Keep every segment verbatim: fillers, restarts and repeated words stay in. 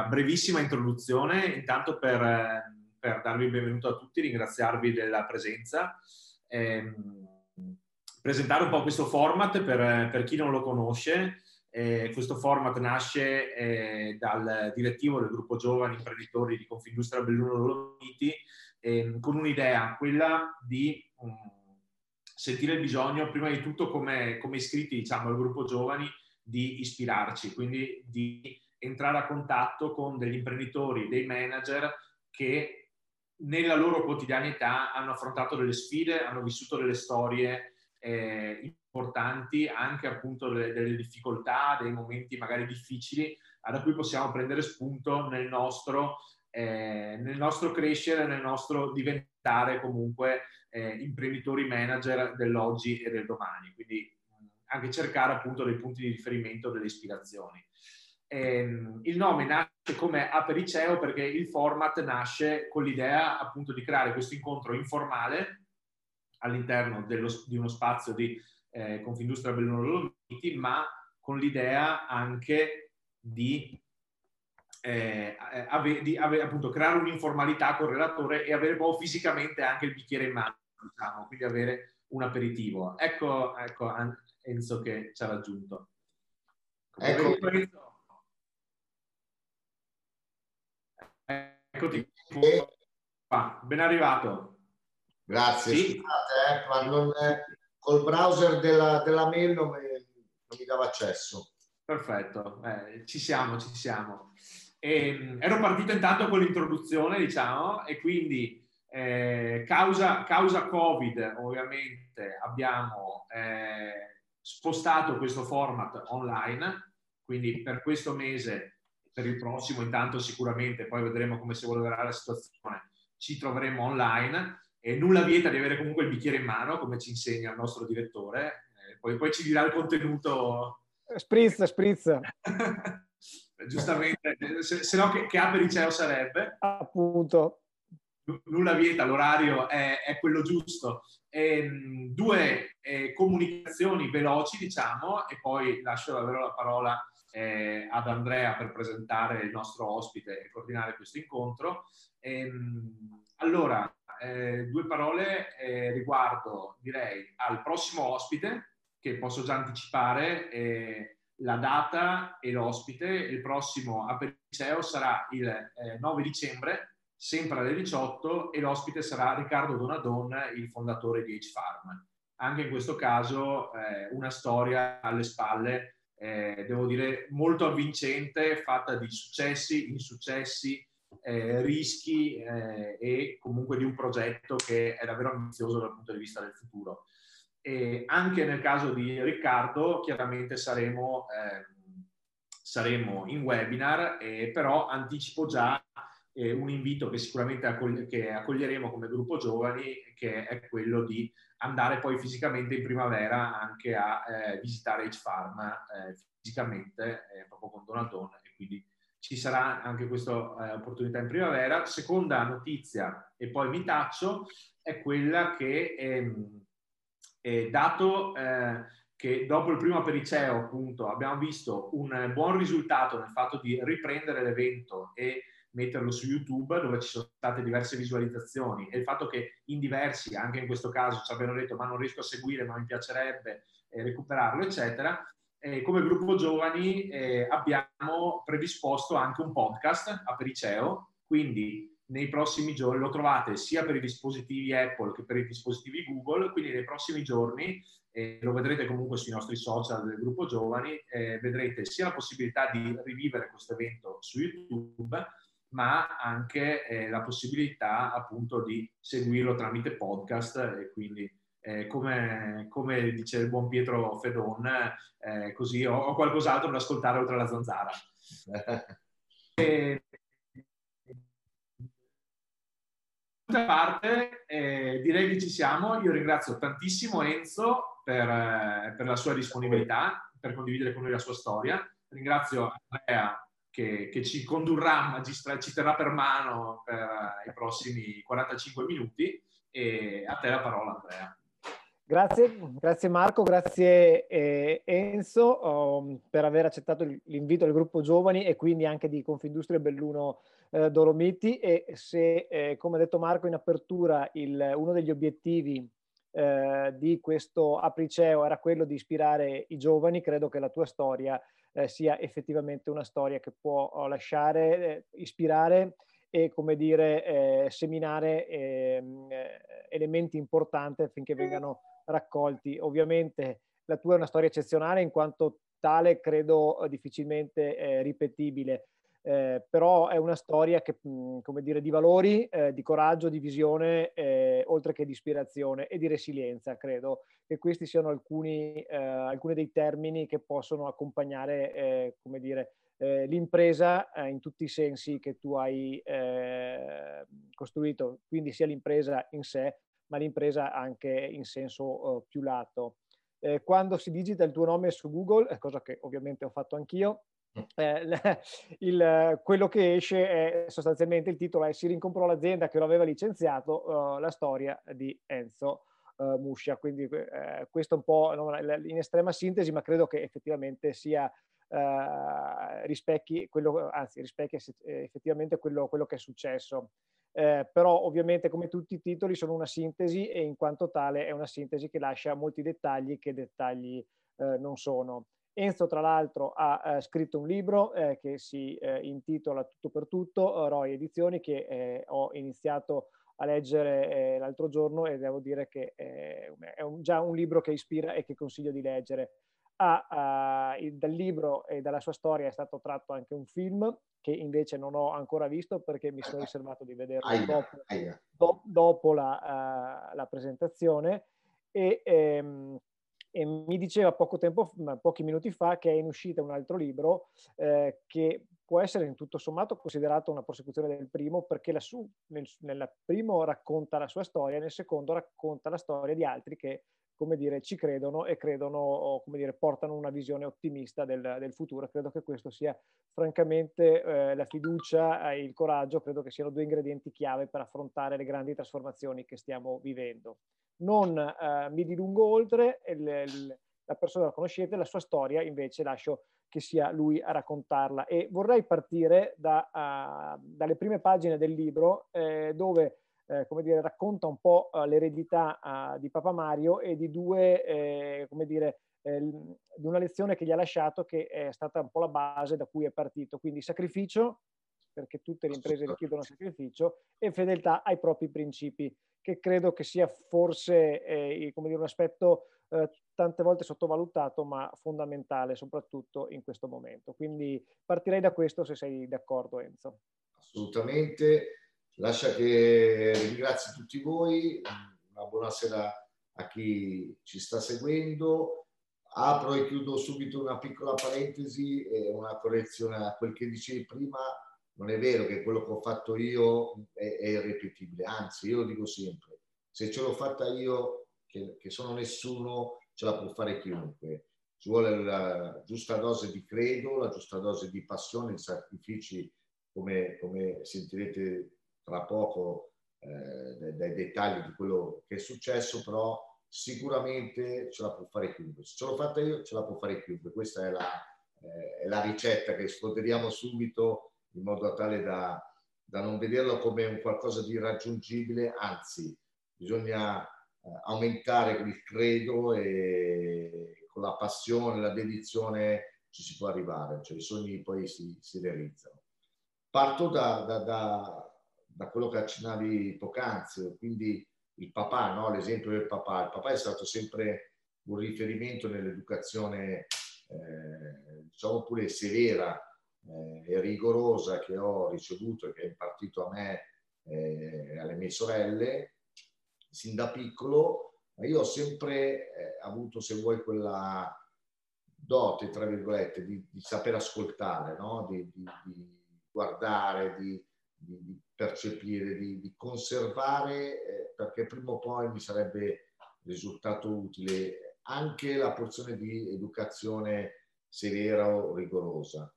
una brevissima introduzione, intanto per, per darvi il benvenuto a tutti, ringraziarvi della presenza, ehm, presentare un po' questo format per, per chi non lo conosce. Eh, questo format nasce eh, dal direttivo del gruppo Giovani Imprenditori di Confindustria Belluno Dolomiti, eh, con un'idea, quella di um, sentire il bisogno, prima di tutto come, come iscritti, diciamo, al gruppo Giovani, di ispirarci, quindi di entrare a contatto con degli imprenditori, dei manager che nella loro quotidianità hanno affrontato delle sfide, hanno vissuto delle storie eh, importanti, anche appunto delle, delle difficoltà, dei momenti magari difficili, da cui possiamo prendere spunto nel nostro, eh, nel nostro crescere, nel nostro diventare comunque eh, imprenditori manager dell'oggi e del domani. Quindi anche cercare appunto dei punti di riferimento, delle ispirazioni. Ehm, il nome nasce come Apericeo perché il format nasce con l'idea appunto di creare questo incontro informale all'interno dello, di uno spazio di eh, Confindustria Belluno Dolomiti, ma con l'idea anche di, eh, ave, di ave, appunto creare un'informalità con il relatore e avere poi fisicamente anche il bicchiere in mano, diciamo, quindi avere un aperitivo. Ecco, ecco Enzo che ci ha raggiunto. Ecco. Eccoti qua, ben arrivato. Grazie, sì? Scusate, eh, ma non, eh, col browser della, della mail non mi, non mi dava accesso. Perfetto, eh, ci siamo, ci siamo. E, ero partito intanto con l'introduzione, diciamo, e quindi eh, causa, causa Covid, ovviamente, abbiamo eh, spostato questo format online, quindi per questo mese, per il prossimo intanto sicuramente, poi vedremo come si evolverà la situazione, ci troveremo online e nulla vieta di avere comunque il bicchiere in mano, come ci insegna il nostro direttore, eh, poi, poi ci dirà il contenuto. Spritz, spritz. Giustamente, se, se no che, che apericeo sarebbe? Appunto. Nulla vieta, l'orario è, è quello giusto. E, mh, due eh, comunicazioni veloci, diciamo, e poi lascio davvero la parola eh, ad Andrea per presentare il nostro ospite e coordinare questo incontro. E, mh, allora, eh, due parole eh, riguardo, direi, al prossimo ospite, che posso già anticipare, eh, la data e l'ospite. Il prossimo Apericeo sarà il eh, nove dicembre, sempre alle diciotto, e l'ospite sarà Riccardo Donadon, il fondatore di H-Farm. Anche in questo caso eh, una storia alle spalle, eh, devo dire, molto avvincente, fatta di successi, insuccessi, eh, rischi eh, e comunque di un progetto che è davvero ambizioso dal punto di vista del futuro. E anche nel caso di Riccardo, chiaramente saremo, eh, saremo in webinar, eh, però anticipo già eh, un invito che sicuramente accogli- che accoglieremo come gruppo giovani, che è quello di andare poi fisicamente in primavera anche a eh, visitare H-Farm eh, fisicamente, eh, proprio con Donadon, e quindi ci sarà anche questa eh, opportunità in primavera. Seconda notizia, e poi mi taccio, è quella che ehm, eh, dato eh, che dopo il primo Apericeo appunto abbiamo visto un buon risultato nel fatto di riprendere l'evento e metterlo su YouTube, dove ci sono state diverse visualizzazioni, e il fatto che in diversi, anche in questo caso, ci abbiano detto ma non riesco a seguire, ma mi piacerebbe eh, recuperarlo, eccetera. Eh, come gruppo giovani eh, abbiamo predisposto anche un podcast Apericeo, quindi nei prossimi giorni lo trovate sia per i dispositivi Apple che per i dispositivi Google, quindi nei prossimi giorni, eh, lo vedrete comunque sui nostri social del gruppo giovani, eh, vedrete sia la possibilità di rivivere questo evento su YouTube, ma anche eh, la possibilità appunto di seguirlo tramite podcast, e quindi eh, come, come dice il buon Pietro Fedon, eh, così ho, ho qualcos'altro da ascoltare oltre alla zanzara. e, parte, eh, direi che ci siamo. Io ringrazio tantissimo Enzo per, eh, per la sua disponibilità, per condividere con noi la sua storia. Ringrazio Andrea che, che ci condurrà, magistra, ci terrà per mano per uh, i prossimi quarantacinque minuti, e a te la parola, Andrea. Grazie, grazie Marco, grazie eh, Enzo um, per aver accettato l'invito del gruppo Giovani e quindi anche di Confindustria Belluno eh, Dolomiti. E se, eh, come ha detto Marco in apertura, il, uno degli obiettivi eh, di questo Apriceo era quello di ispirare i giovani, credo che la tua storia eh, sia effettivamente una storia che può lasciare, eh, ispirare e, come dire, eh, seminare eh, elementi importanti affinché vengano raccolti. Ovviamente la tua è una storia eccezionale, in quanto tale credo difficilmente eh, ripetibile, eh, però è una storia che, mh, come dire, di valori, eh, di coraggio, di visione, eh, oltre che di ispirazione e di resilienza. Credo che questi siano alcuni, eh, alcuni dei termini che possono accompagnare, eh, come dire, eh, l'impresa eh, in tutti i sensi che tu hai eh, costruito, quindi sia l'impresa in sé, ma l'impresa anche in senso uh, più lato. Eh, quando si digita il tuo nome su Google, cosa che ovviamente ho fatto anch'io, eh, il, quello che esce è sostanzialmente, il titolo è: si rincontrò l'azienda che lo aveva licenziato, uh, la storia di Enzo uh, Muscia. Quindi uh, questo un po' no, in estrema sintesi, ma credo che effettivamente sia uh, rispecchi quello, anzi rispecchi effettivamente quello, quello che è successo. Eh, però ovviamente, come tutti i titoli, sono una sintesi e in quanto tale è una sintesi che lascia molti dettagli che dettagli eh, non sono. Enzo tra l'altro ha eh, scritto un libro eh, che si eh, intitola Tutto per tutto, Roy Edizioni, che eh, ho iniziato a leggere eh, l'altro giorno e devo dire che eh, è un, già un libro che ispira e che consiglio di leggere. Ah, uh, dal libro e dalla sua storia è stato tratto anche un film che invece non ho ancora visto perché mi sono riservato di vederlo Aia, dopo, aia. do, dopo la, uh, la presentazione. E, ehm, e mi diceva poco tempo, pochi minuti fa, che è in uscita un altro libro eh, che può essere in tutto sommato considerato una prosecuzione del primo, perché la su, nel, nel primo racconta la sua storia, nel secondo racconta la storia di altri che, come dire, ci credono e credono, o, come dire, portano una visione ottimista del, del futuro. Credo che questo sia francamente eh, la fiducia e il coraggio, credo che siano due ingredienti chiave per affrontare le grandi trasformazioni che stiamo vivendo. Non eh, mi dilungo oltre, il, il, la persona la conoscete, la sua storia invece lascio che sia lui a raccontarla. E vorrei partire da, uh, dalle prime pagine del libro eh, dove Eh, come dire, racconta un po' uh, l'eredità uh, di Papa Mario e di due, eh, come dire, eh, di una lezione che gli ha lasciato, che è stata un po' la base da cui è partito. Quindi sacrificio, perché tutte le imprese richiedono sacrificio, e fedeltà ai propri principi, che credo che sia forse eh, come dire, un aspetto eh, tante volte sottovalutato, ma fondamentale, soprattutto in questo momento. Quindi partirei da questo, se sei d'accordo, Enzo. Assolutamente. Lascia che ringrazi tutti voi, una buonasera a chi ci sta seguendo. Apro e chiudo subito una piccola parentesi e una correzione a quel che dicevi prima. Non è vero che quello che ho fatto io è, è irripetibile, anzi io lo dico sempre, se ce l'ho fatta io, che, che sono nessuno, ce la può fare chiunque. Ci vuole la giusta dose di credo, la giusta dose di passione, di sacrifici, come, come sentirete tra poco eh, dai, dai dettagli di quello che è successo, però sicuramente ce la può fare chiunque. Se ce l'ho fatta io, ce la può fare chiunque. Questa è la, eh, è la ricetta che sfoderiamo subito, in modo tale da, da non vederlo come un qualcosa di irraggiungibile, anzi bisogna eh, aumentare il credo e con la passione, la dedizione ci si può arrivare, cioè i sogni poi si, si realizzano. Parto da, da, da, da quello che accennavi poc'anzi, quindi il papà, no? L'esempio del papà. Il papà è stato sempre un riferimento nell'educazione, eh, diciamo pure severa eh, e rigorosa, che ho ricevuto e che è impartito a me e eh, alle mie sorelle, sin da piccolo. Ma io ho sempre eh, avuto, se vuoi, quella dote, tra virgolette, di, di saper ascoltare, no? di, di, di guardare, di, di, di percepire, di, di conservare, eh, perché prima o poi mi sarebbe risultato utile anche la porzione di educazione severa o rigorosa.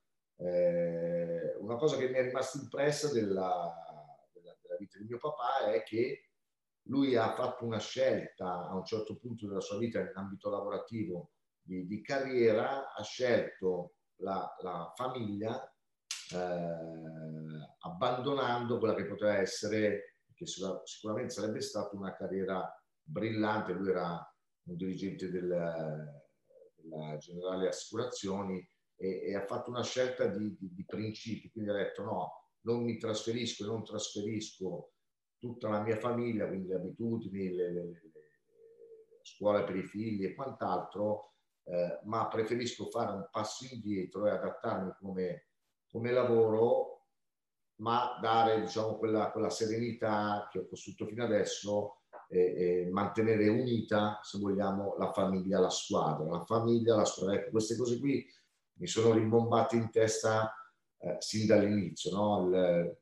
Eh, una cosa che mi è rimasta impressa della, della, della vita di mio papà è che lui ha fatto una scelta a un certo punto della sua vita in ambito lavorativo di, di carriera, ha scelto la, la famiglia eh, abbandonando quella che poteva essere, che sicuramente sarebbe stata una carriera brillante. Lui era un dirigente del, della Generali Assicurazioni e, e ha fatto una scelta di, di, di principi, quindi ha detto no, non mi trasferisco e non trasferisco tutta la mia famiglia, quindi le abitudini, le, le, le scuole per i figli e quant'altro, eh, ma preferisco fare un passo indietro e adattarmi come, come lavoro, ma dare, diciamo, quella, quella serenità che ho costruito fino adesso e, e mantenere unita, se vogliamo, la famiglia, la squadra, la famiglia, la squadra. Ecco, queste cose qui mi sono rimbombate in testa eh, sin dall'inizio, no? Il,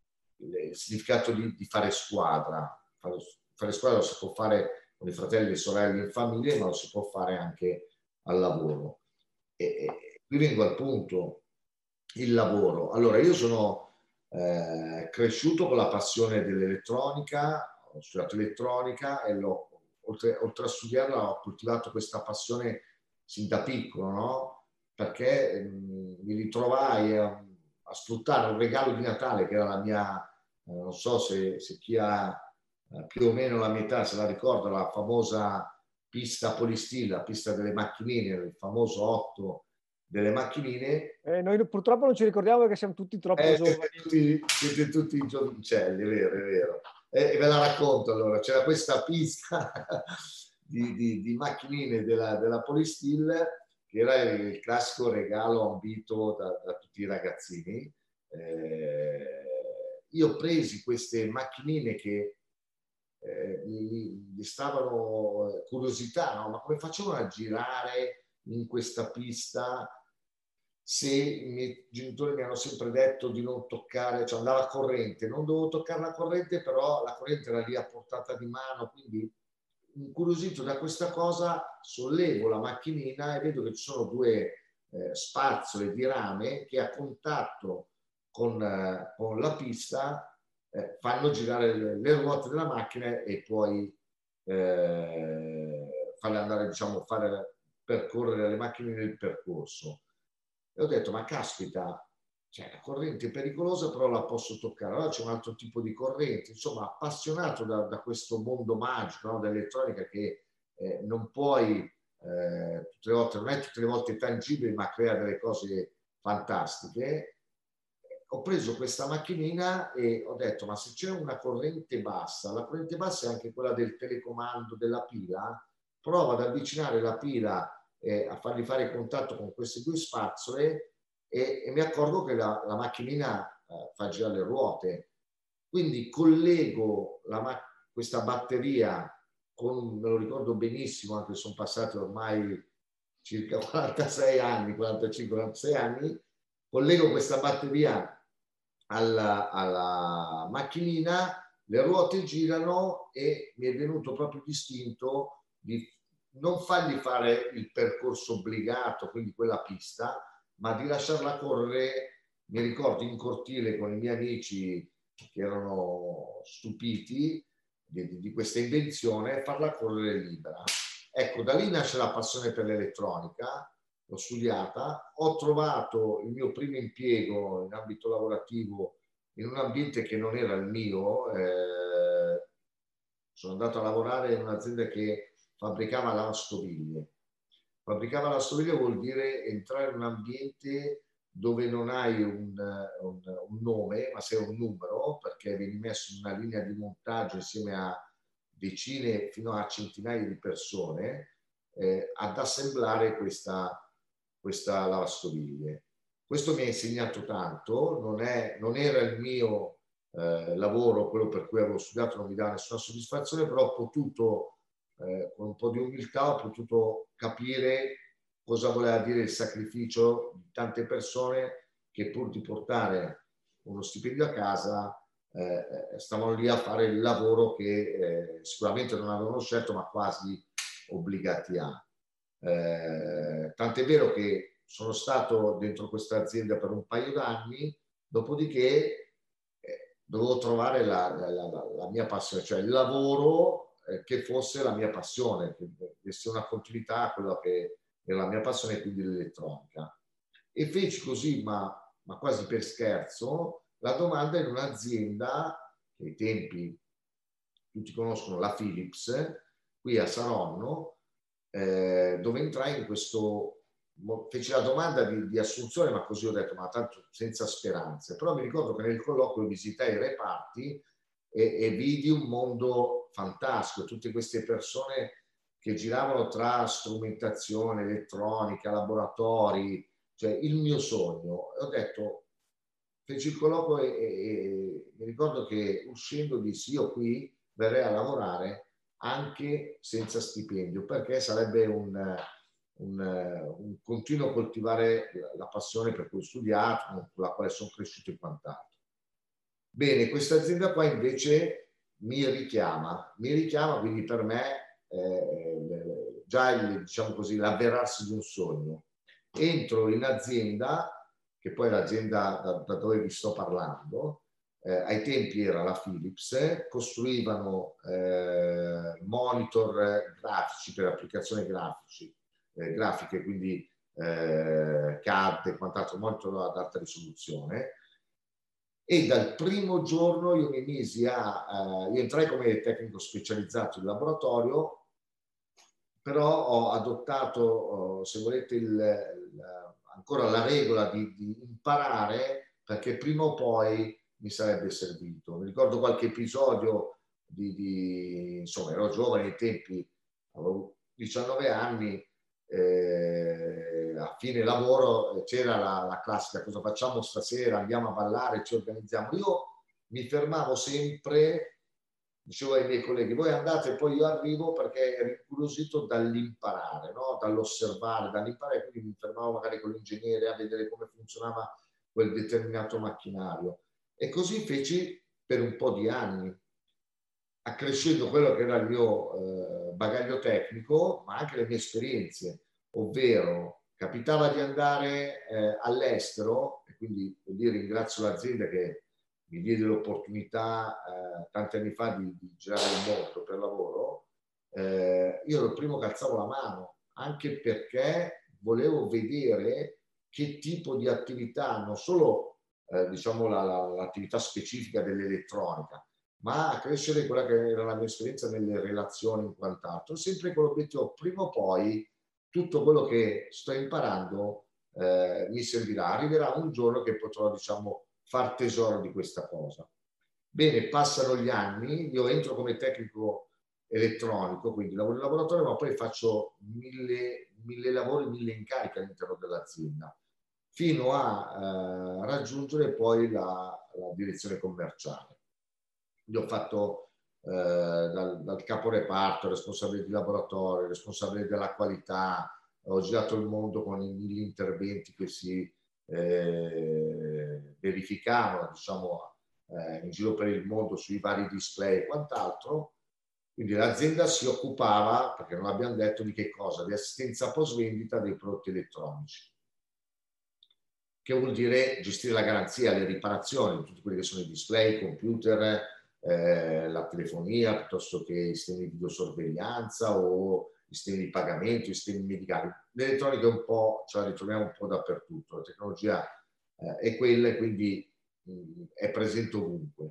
il significato di, di fare squadra. Fare, fare squadra lo si può fare con i fratelli e sorelle in famiglia, ma lo si può fare anche al lavoro. E, e qui vengo al punto, il lavoro. Allora, io sono eh, cresciuto con la passione dell'elettronica, ho studiato elettronica e l'ho, oltre, oltre a studiarla ho coltivato questa passione sin da piccolo, no? Perché mh, mi ritrovai a, a sfruttare un regalo di Natale che era la mia, eh, non so se, se chi ha eh, più o meno la mia età se la ricorda, la famosa pista Polistilla, pista delle macchinine, il famoso otto delle macchinine. Eh, noi purtroppo non ci ricordiamo perché siamo tutti troppo eh, giovani. Siete tutti, siete tutti giovincelli, è vero, è vero. E, e ve la racconto allora. C'era questa pista di, di, di macchinine della, della Polistil, che era il classico regalo ambito da, da tutti i ragazzini. Eh, io ho presi queste macchinine che eh, mi, mi stavano curiosità, no? Ma come facevano a girare in questa pista se i miei genitori mi hanno sempre detto di non toccare, cioè andava a corrente, non dovevo toccare la corrente, però la corrente era lì a portata di mano, quindi incuriosito da questa cosa sollevo la macchinina e vedo che ci sono due eh, spazzole di rame che a contatto con, eh, con la pista eh, fanno girare le, le ruote della macchina e poi eh, farle andare, diciamo, fare percorrere le macchine nel percorso. E ho detto, ma caspita, cioè, la corrente è pericolosa, però la posso toccare. Allora c'è un altro tipo di corrente. Insomma, appassionato da, da questo mondo magico, no, dell'elettronica che eh, non puoi, eh, tutte le volte, non è tutte le volte tangibile, ma crea delle cose fantastiche. Ho preso questa macchinina e ho detto, ma se c'è una corrente bassa, la corrente bassa è anche quella del telecomando della pila, prova ad avvicinare la pila eh, a fargli fare contatto con queste due spazzole e, e mi accorgo che la, la macchinina eh, fa girare le ruote. Quindi collego la, questa batteria con, me lo ricordo benissimo, anche se sono passati ormai circa quarantasei anni, quarantacinque quarantasei anni, collego questa batteria alla, alla macchinina, le ruote girano e mi è venuto proprio l'istinto di non fargli fare il percorso obbligato, quindi quella pista, ma di lasciarla correre, mi ricordo, in cortile con i miei amici che erano stupiti di, di questa invenzione, e farla correre libera. Ecco, da lì nasce la passione per l'elettronica, l'ho studiata, ho trovato il mio primo impiego in ambito lavorativo in un ambiente che non era il mio, eh, sono andato a lavorare in un'azienda che fabbricava lavastoviglie. Fabbricava lavastoviglie vuol dire entrare in un ambiente dove non hai un, un, un nome, ma sei un numero, perché vieni messo in una linea di montaggio insieme a decine fino a centinaia di persone eh, ad assemblare questa, questa lavastoviglie. Questo mi ha insegnato tanto, non, è, non era il mio eh, lavoro, quello per cui avevo studiato, non mi dà nessuna soddisfazione, però ho potuto, eh, con un po' di umiltà, ho potuto capire cosa voleva dire il sacrificio di tante persone che pur di portare uno stipendio a casa eh, stavano lì a fare il lavoro che eh, sicuramente non avevano scelto, ma quasi obbligati a. Eh, tant'è vero che sono stato dentro questa azienda per un paio d'anni, dopodiché eh, dovevo trovare la, la, la, la mia passione, cioè il lavoro eh, che fosse la mia passione, che desse una continuità a quello che era la mia passione, quindi l'elettronica. E feci così, ma, ma quasi per scherzo, la domanda in un'azienda che ai tempi tutti conoscono, la Philips, qui a Saronno, eh, dove entrai in questo... Feci la domanda di, di assunzione, ma così ho detto, ma tanto senza speranze. Però mi ricordo che nel colloquio visitai i reparti e, e vidi un mondo fantastico, tutte queste persone che giravano tra strumentazione elettronica, laboratori, cioè il mio sogno. E ho detto, feci il colloquio e, e, e mi ricordo che uscendo dissi, io qui verrei a lavorare anche senza stipendio, perché sarebbe un... Un, un continuo coltivare la passione per cui ho studiato, con la quale sono cresciuto e quant'altro. Bene, questa azienda qua invece mi richiama, mi richiama, quindi per me eh, già il, diciamo così, l'avverarsi di un sogno. Entro in azienda, che poi è l'azienda da, da dove vi sto parlando, eh, ai tempi era la Philips, costruivano eh, monitor grafici per applicazioni grafici, Eh, grafiche, quindi eh, C A D e quant'altro, monitor ad alta risoluzione. E dal primo giorno io mi misi a, eh, io entrai come tecnico specializzato in laboratorio, però ho adottato, oh, se volete, il, il, ancora la regola di, di imparare, perché prima o poi mi sarebbe servito. Mi ricordo qualche episodio di, di insomma, ero giovane ai tempi, avevo diciannove anni, eh, a fine lavoro c'era la, la classica, cosa facciamo stasera, andiamo a ballare, ci organizziamo. Io mi fermavo sempre, dicevo ai miei colleghi, voi andate e poi io arrivo, perché ero incuriosito dall'imparare, no? Dall'osservare, dall'imparare, quindi mi fermavo magari con l'ingegnere a vedere come funzionava quel determinato macchinario. E così feci per un po' di anni, accrescendo quello che era il mio eh, bagaglio tecnico, ma anche le mie esperienze, ovvero capitava di andare eh, all'estero, e quindi vuol dire ringrazio l'azienda che mi diede l'opportunità eh, tanti anni fa di, di girare il mondo per lavoro. Eh, io ero il primo che alzavo la mano, anche perché volevo vedere che tipo di attività, non solo eh, diciamo la, la, l'attività specifica dell'elettronica, ma a crescere quella che era la mia esperienza nelle relazioni in quant'altro, sempre con l'obiettivo, prima o poi tutto quello che sto imparando eh, mi servirà, arriverà un giorno che potrò, diciamo, far tesoro di questa cosa. Bene, passano gli anni, io entro come tecnico elettronico, quindi lavoro in laboratorio, ma poi faccio mille, mille lavori, mille incarichi all'interno dell'azienda, fino a eh, raggiungere poi la, la direzione commerciale. Io ho fatto eh, dal, dal caporeparto, responsabile di laboratorio, responsabile della qualità, ho girato il mondo con gli interventi che si eh, verificavano, diciamo, eh, in giro per il mondo sui vari display e quant'altro. Quindi l'azienda si occupava, perché non abbiamo detto di che cosa, di assistenza post vendita dei prodotti elettronici, che vuol dire gestire la garanzia, le riparazioni, tutti quelli che sono i display, i computer, eh, la telefonia, piuttosto che i sistemi di videosorveglianza o i sistemi di pagamento, i sistemi medicali. L'elettronica un po', ce la ritroviamo un po' dappertutto, la tecnologia eh, è quella e quindi mh, è presente ovunque.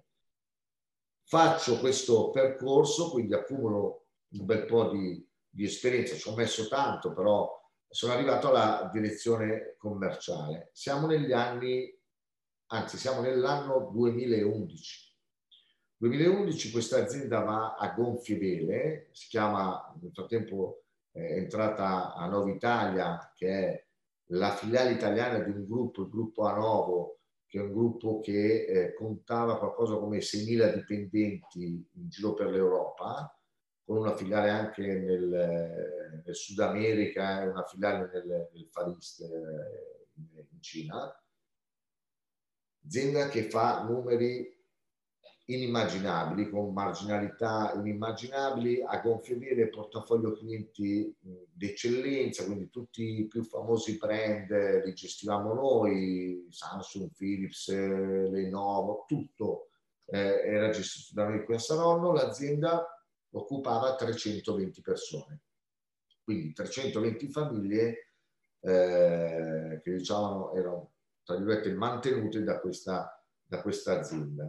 Faccio questo percorso, quindi accumulo un bel po' di, di esperienza, ci ho messo tanto, però sono arrivato alla direzione commerciale. Siamo negli anni, anzi siamo nell'anno duemilaundici. duemilaundici questa azienda va a gonfie vele, si chiama, nel frattempo è entrata a Novitalia, che è la filiale italiana di un gruppo, il gruppo Anovo, che è un gruppo che eh, contava qualcosa come seimila dipendenti in giro per l'Europa, con una filiale anche nel, nel Sud America e una filiale nel, nel Far East eh, in Cina. Azienda che fa numeri inimmaginabili, con marginalità inimmaginabili, a gonfie vele, portafoglio clienti d'eccellenza, quindi tutti i più famosi brand li gestivamo noi, Samsung, Philips, Lenovo, tutto eh, era gestito da noi qui a Saronno, l'azienda occupava trecentoventi persone, quindi trecentoventi famiglie eh, che diciamo erano tra virgolette mantenute da questa, da questa azienda.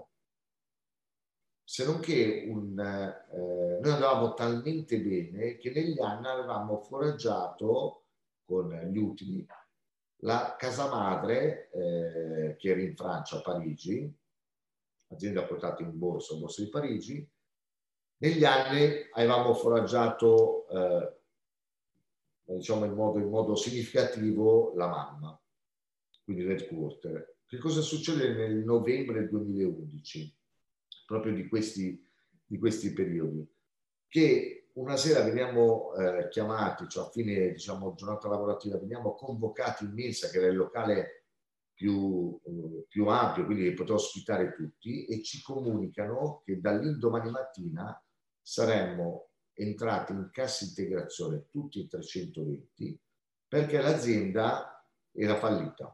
Se non che un, eh, noi andavamo talmente bene che negli anni avevamo foraggiato con gli utili la casa madre eh, che era in Francia, a Parigi, azienda quotata in borsa, borsa di Parigi. Negli anni avevamo foraggiato eh, diciamo in modo, in modo significativo la mamma, quindi l'headquarter. Che cosa succede nel novembre duemilaundici, proprio di questi, di questi periodi? Che una sera veniamo eh, chiamati, cioè a fine diciamo, giornata lavorativa, veniamo convocati in mensa, che era il locale più, eh, più ampio, quindi che poteva ospitare tutti, e ci comunicano che dall'indomani mattina saremmo entrati in cassa integrazione tutti i trecentoventi perché l'azienda era fallita.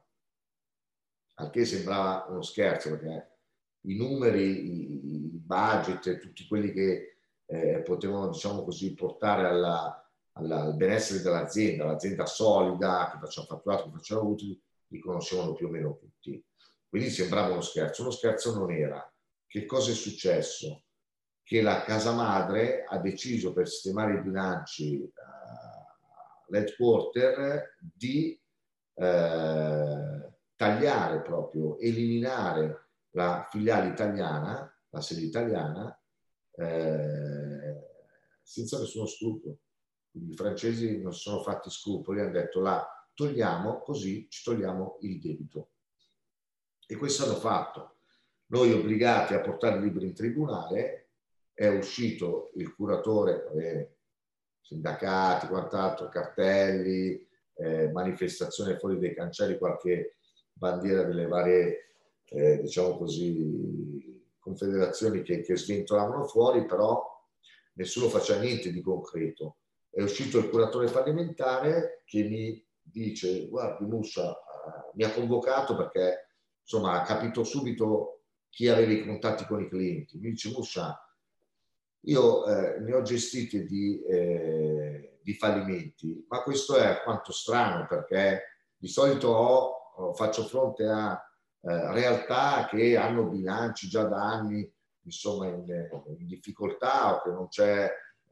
Al che sembrava uno scherzo, perché i numeri, i, i budget, tutti quelli che eh, potevano, diciamo così, portare alla, alla, al benessere dell'azienda, l'azienda solida, che faceva fatturato, che faceva utili, li conoscevano più o meno tutti. Quindi sembrava uno scherzo. Uno scherzo non era. Che cosa è successo? Che la casa madre ha deciso, per sistemare i bilanci uh, l'headquarter, di uh, tagliare proprio, eliminare la filiale italiana, la sede italiana, eh, senza nessuno scrupolo. Quindi i francesi non si sono fatti scrupoli, hanno detto la togliamo, così ci togliamo il debito. E questo hanno fatto. Noi obbligati a portare il libro in tribunale, è uscito il curatore, eh, sindacati, quant'altro, cartelli, eh, manifestazioni fuori dai cancelli, qualche bandiera delle varie, eh, diciamo così, confederazioni che, che sventolavano fuori, però nessuno faceva niente di concreto. È uscito il curatore fallimentare che mi dice: guardi Muscia, eh, mi ha convocato perché insomma ha capito subito chi aveva i contatti con i clienti. Mi dice: Muscia, io eh, ne ho gestiti di, eh, di fallimenti, ma questo è alquanto strano, perché di solito ho, faccio fronte a eh, realtà che hanno bilanci già da anni insomma in, in difficoltà, o che non c'è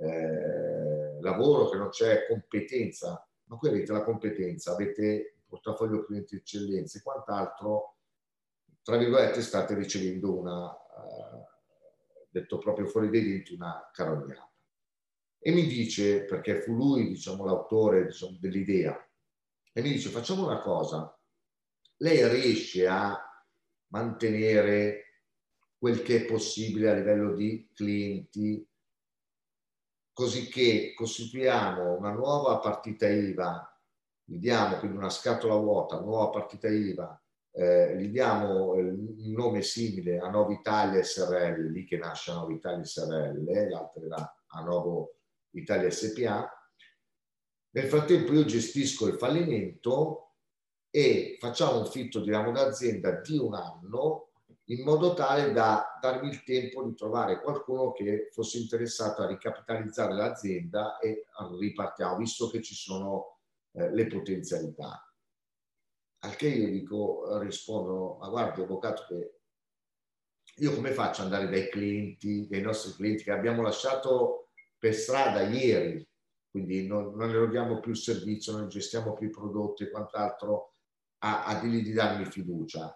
eh, lavoro, che non c'è competenza. Ma qui avete la competenza, avete il portafoglio clienti eccellenze e quant'altro, tra virgolette state ricevendo una, uh, detto proprio fuori dai denti, una carognata. E mi dice, perché fu lui diciamo l'autore diciamo, dell'idea, e mi dice: facciamo una cosa, lei riesce a mantenere quel che è possibile a livello di clienti, così che costituiamo una nuova partita I V A, gli diamo quindi una scatola vuota, nuova partita I V A, eh, gli diamo un nome simile a Novitalia S R L, lì che nasce Novitalia S R L, l'altra era a Novo Italia S P A. Nel frattempo io gestisco il fallimento e facciamo un fitto di ramo d'azienda di un anno, in modo tale da darmi il tempo di trovare qualcuno che fosse interessato a ricapitalizzare l'azienda, e ripartiamo, visto che ci sono eh, le potenzialità. Al che io dico, rispondo: ma guardi avvocato, che io come faccio ad andare dai clienti, dai nostri clienti che abbiamo lasciato per strada ieri, quindi non, non eroghiamo più il servizio, non gestiamo più i prodotti e quant'altro, a, a dirgli di darmi fiducia?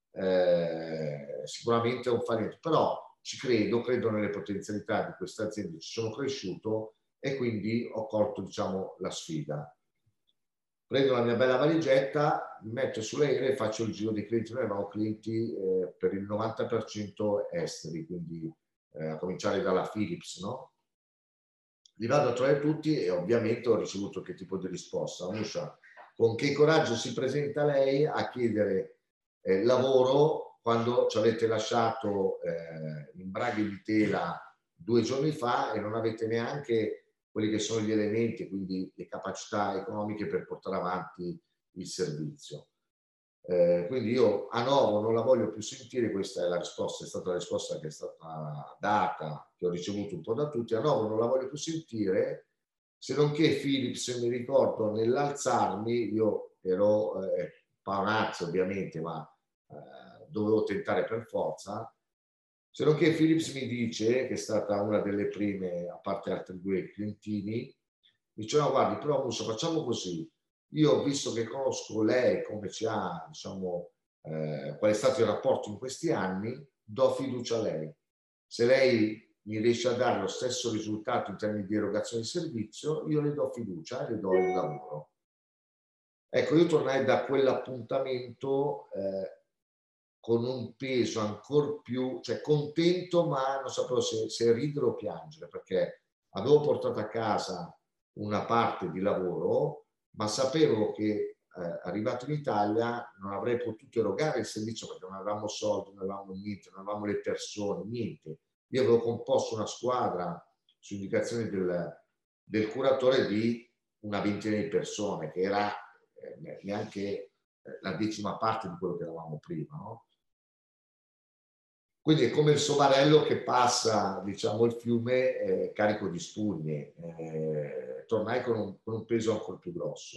Eh, sicuramente è un fallimento, però ci credo, credo nelle potenzialità di questa azienda, ci sono cresciuto e quindi ho colto diciamo la sfida. Prendo la mia bella valigetta, mi metto sull'aereo e faccio il giro dei clienti. Noi avevamo clienti eh, per il novanta per cento esteri, quindi eh, a cominciare dalla Philips, no? Li vado a trovare tutti e ovviamente ho ricevuto che tipo di risposta. Muscia, con che coraggio si presenta lei a chiedere eh, lavoro quando ci avete lasciato eh, in braghe di tela due giorni fa e non avete neanche quelli che sono gli elementi, quindi le capacità economiche per portare avanti il servizio? Eh, quindi io a Novo non la voglio più sentire, questa è la risposta, è stata la risposta che è stata data, che ho ricevuto un po' da tutti. A Novo non la voglio più sentire, se non che Philips, mi ricordo, nell'alzarmi, io ero eh, paonazzo ovviamente, ma eh, dovevo tentare per forza, se non che Philips mi dice, che è stata una delle prime, a parte altri due clientini, dice no guardi, però Musso, facciamo così, io ho visto che conosco lei, come ci ha, diciamo, eh, qual è stato il rapporto in questi anni, do fiducia a lei. Se lei mi riesce a dare lo stesso risultato in termini di erogazione di servizio, io le do fiducia e le do il lavoro. Ecco, io tornai da quell'appuntamento eh, con un peso ancora più, cioè contento, ma non sapevo se, se ridere o piangere, perché avevo portato a casa una parte di lavoro, ma sapevo che eh, arrivato in Italia non avrei potuto erogare il servizio perché non avevamo soldi, non avevamo niente, non avevamo le persone, niente. Io avevo composto una squadra su indicazione del, del curatore di una ventina di persone, che era eh, neanche la decima parte di quello che eravamo prima, no? Quindi è come il somarello che passa, diciamo, il fiume eh, carico di spugne. Eh, tornai con un, con un peso ancora più grosso.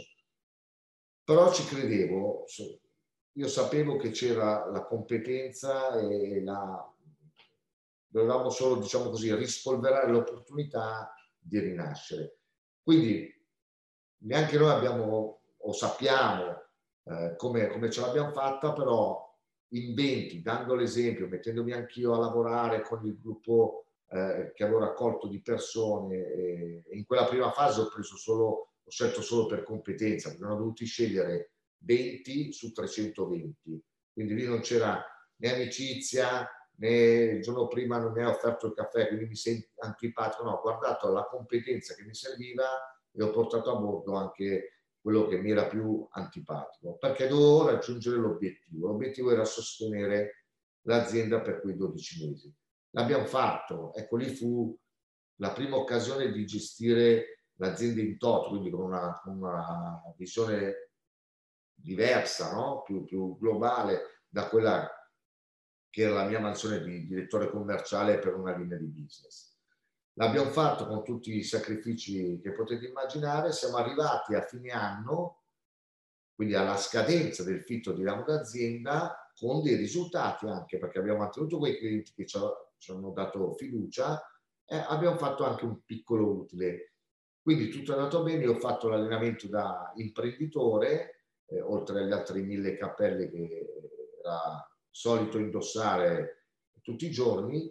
Però ci credevo, io sapevo che c'era la competenza e la... dovevamo solo, diciamo così, rispolverare l'opportunità di rinascere. Quindi neanche noi abbiamo o sappiamo eh, come, come ce l'abbiamo fatta, però in venti, dando l'esempio, mettendomi anch'io a lavorare con il gruppo eh, che avevo raccolto di persone, e in quella prima fase ho preso solo, ho scelto solo per competenza, perché non ho dovuto scegliere venti su trecentoventi, quindi lì non c'era né amicizia, né il giorno prima non mi ha offerto il caffè, quindi mi sento antipatico, no, ho guardato la competenza che mi serviva e ho portato a bordo anche quello che mi era più antipatico, perché dovevo raggiungere l'obiettivo. L'obiettivo era sostenere l'azienda per quei dodici mesi. L'abbiamo fatto, ecco, lì fu la prima occasione di gestire l'azienda in toto, quindi con una, con una visione diversa, no? più, più globale da quella che era la mia mansione di direttore commerciale per una linea di business. L'abbiamo fatto con tutti i sacrifici che potete immaginare, siamo arrivati a fine anno, quindi alla scadenza del fitto di ramo d'azienda, con dei risultati anche, perché abbiamo mantenuto quei clienti che ci, ci hanno dato fiducia, e abbiamo fatto anche un piccolo utile. Quindi tutto è andato bene, io ho fatto l'allenamento da imprenditore, eh, oltre agli altri mille cappelle che era solito indossare tutti i giorni,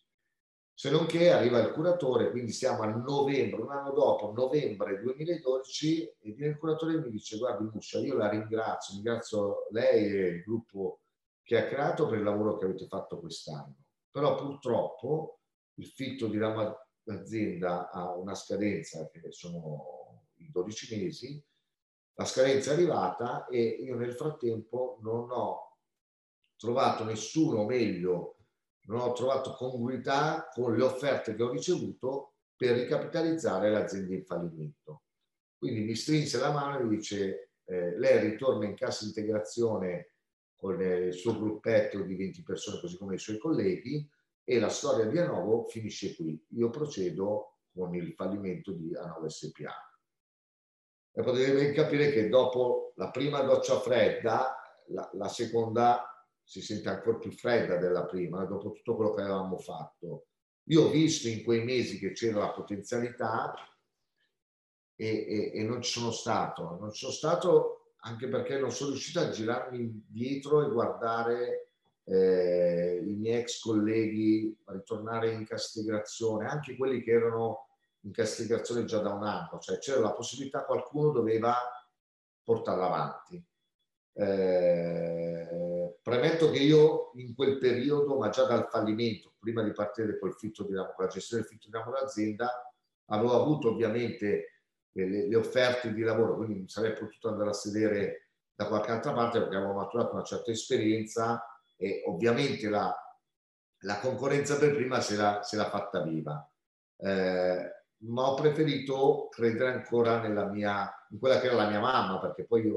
se non che arriva il curatore, quindi siamo a novembre, un anno dopo, novembre duemiladodici, e viene il curatore e mi dice: guardi Muscia, io la ringrazio, ringrazio lei e il gruppo che ha creato per il lavoro che avete fatto quest'anno, però purtroppo il fitto di ramo d'azienda ha una scadenza che sono i dodici mesi, la scadenza è arrivata e io nel frattempo non ho trovato nessuno, meglio, non ho trovato congruità con le offerte che ho ricevuto per ricapitalizzare l'azienda in fallimento. Quindi mi strinse la mano e mi dice: eh, lei ritorna in cassa integrazione con il suo gruppetto di venti persone, così come i suoi colleghi, e la storia di Anovo finisce qui. Io procedo con il fallimento di Anovo S P A. E potete ben capire che dopo la prima doccia fredda, la, la seconda si sente ancora più fredda della prima, dopo tutto quello che avevamo fatto. Io ho visto in quei mesi che c'era la potenzialità e, e, e non ci sono stato. Non ci sono stato anche perché non sono riuscito a girarmi dietro e guardare eh, i miei ex colleghi ritornare in cassa integrazione, anche quelli che erano in cassa integrazione già da un anno, cioè c'era la possibilità, qualcuno doveva portarla avanti. Eh, premetto che io in quel periodo, ma già dal fallimento, prima di partire col fitto di ramo, con la gestione del fitto di ramo d'azienda, avevo avuto ovviamente le, le offerte di lavoro, quindi mi sarei potuto andare a sedere da qualche altra parte perché avevo maturato una certa esperienza e ovviamente la, la concorrenza per prima se l'ha, se l'ha fatta viva. Eh, ma ho preferito credere ancora nella mia, in quella che era la mia mamma, perché poi io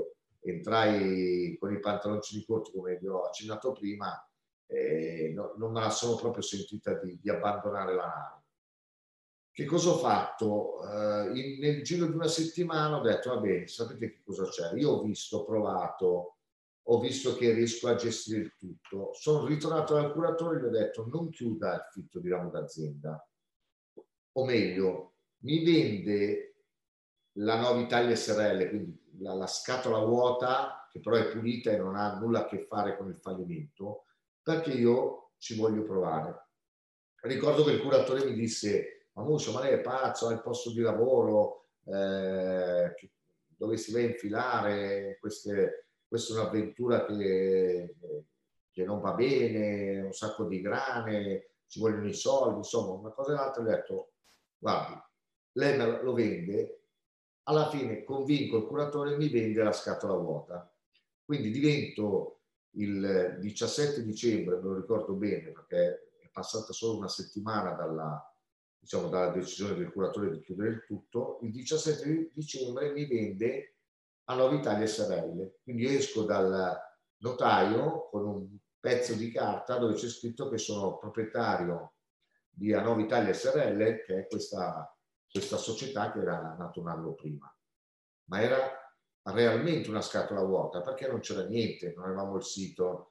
entrai con i pantaloncini corti, come vi ho accennato prima, e no, non me la sono proprio sentita di, di abbandonare la nave. Che cosa ho fatto? Uh, in, nel giro di una settimana ho detto, vabbè, sapete che cosa c'è? Io ho visto, ho provato, ho visto che riesco a gestire il tutto. Sono ritornato dal curatore e gli ho detto, non chiuda il fitto di ramo d'azienda. O meglio, mi vende la Nova Italia S R L, quindi la, la scatola vuota, che però è pulita e non ha nulla a che fare con il fallimento, perché io ci voglio provare. Ricordo che il curatore mi disse, Mamuccio, ma lei è pazzo, ha il posto di lavoro, eh, dove si va a infilare, queste, questa è un'avventura che, che non va bene, un sacco di grane, ci vogliono i soldi, insomma, una cosa e l'altra. Ho detto, guardi, lei me lo vende, alla fine convinco il curatore e mi vende la scatola vuota. Quindi divento il diciassette dicembre, me lo ricordo bene perché è passata solo una settimana dalla, diciamo, dalla decisione del curatore di chiudere il tutto, il diciassette dicembre mi vende a Nova Italia S R L. Quindi esco dal notaio con un pezzo di carta dove c'è scritto che sono proprietario di A Nova Italia S R L, che è questa, questa società che era nata un anno prima. Ma era realmente una scatola vuota, perché non c'era niente, non avevamo il sito,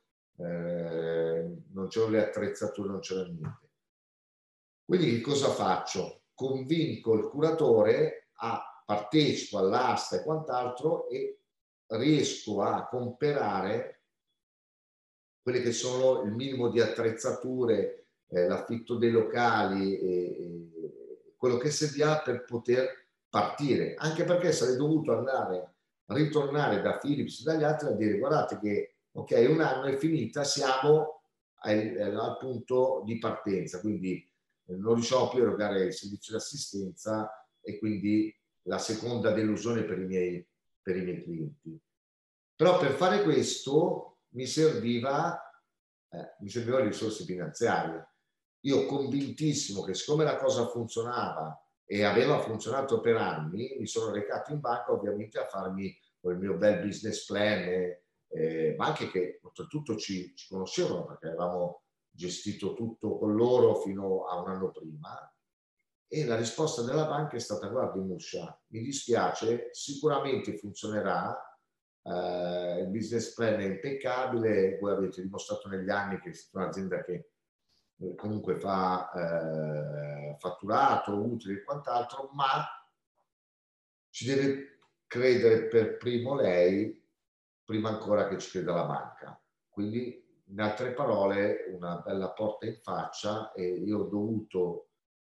eh, non c'erano le attrezzature, non c'era niente. Quindi che cosa faccio? Convinco il curatore, a partecipo all'asta e quant'altro e riesco a comprare quelle che sono il minimo di attrezzature, eh, l'affitto dei locali e, e quello che serviva per poter partire, anche perché sarei dovuto andare a ritornare da Philips e dagli altri a dire guardate che ok, un anno è finita, siamo al, al punto di partenza, quindi non riusciamo più a erogare il servizio di assistenza e quindi la seconda delusione per i miei, per i miei clienti. Però per fare questo mi serviva, eh, mi servivano risorse finanziarie. Io convintissimo che siccome la cosa funzionava e aveva funzionato per anni, mi sono recato in banca ovviamente a farmi il mio bel business plan, eh, eh, banche che oltretutto ci, ci conoscevano perché avevamo gestito tutto con loro fino a un anno prima. E la risposta della banca è stata: guardi Muscia, mi dispiace, sicuramente funzionerà, eh, il business plan è impeccabile, voi avete dimostrato negli anni che siete un'azienda che eh, comunque fa eh, fatturato, utile e quant'altro, ma ci deve credere per primo lei, prima ancora che ci creda la banca. Quindi, in altre parole, una bella porta in faccia, e io ho dovuto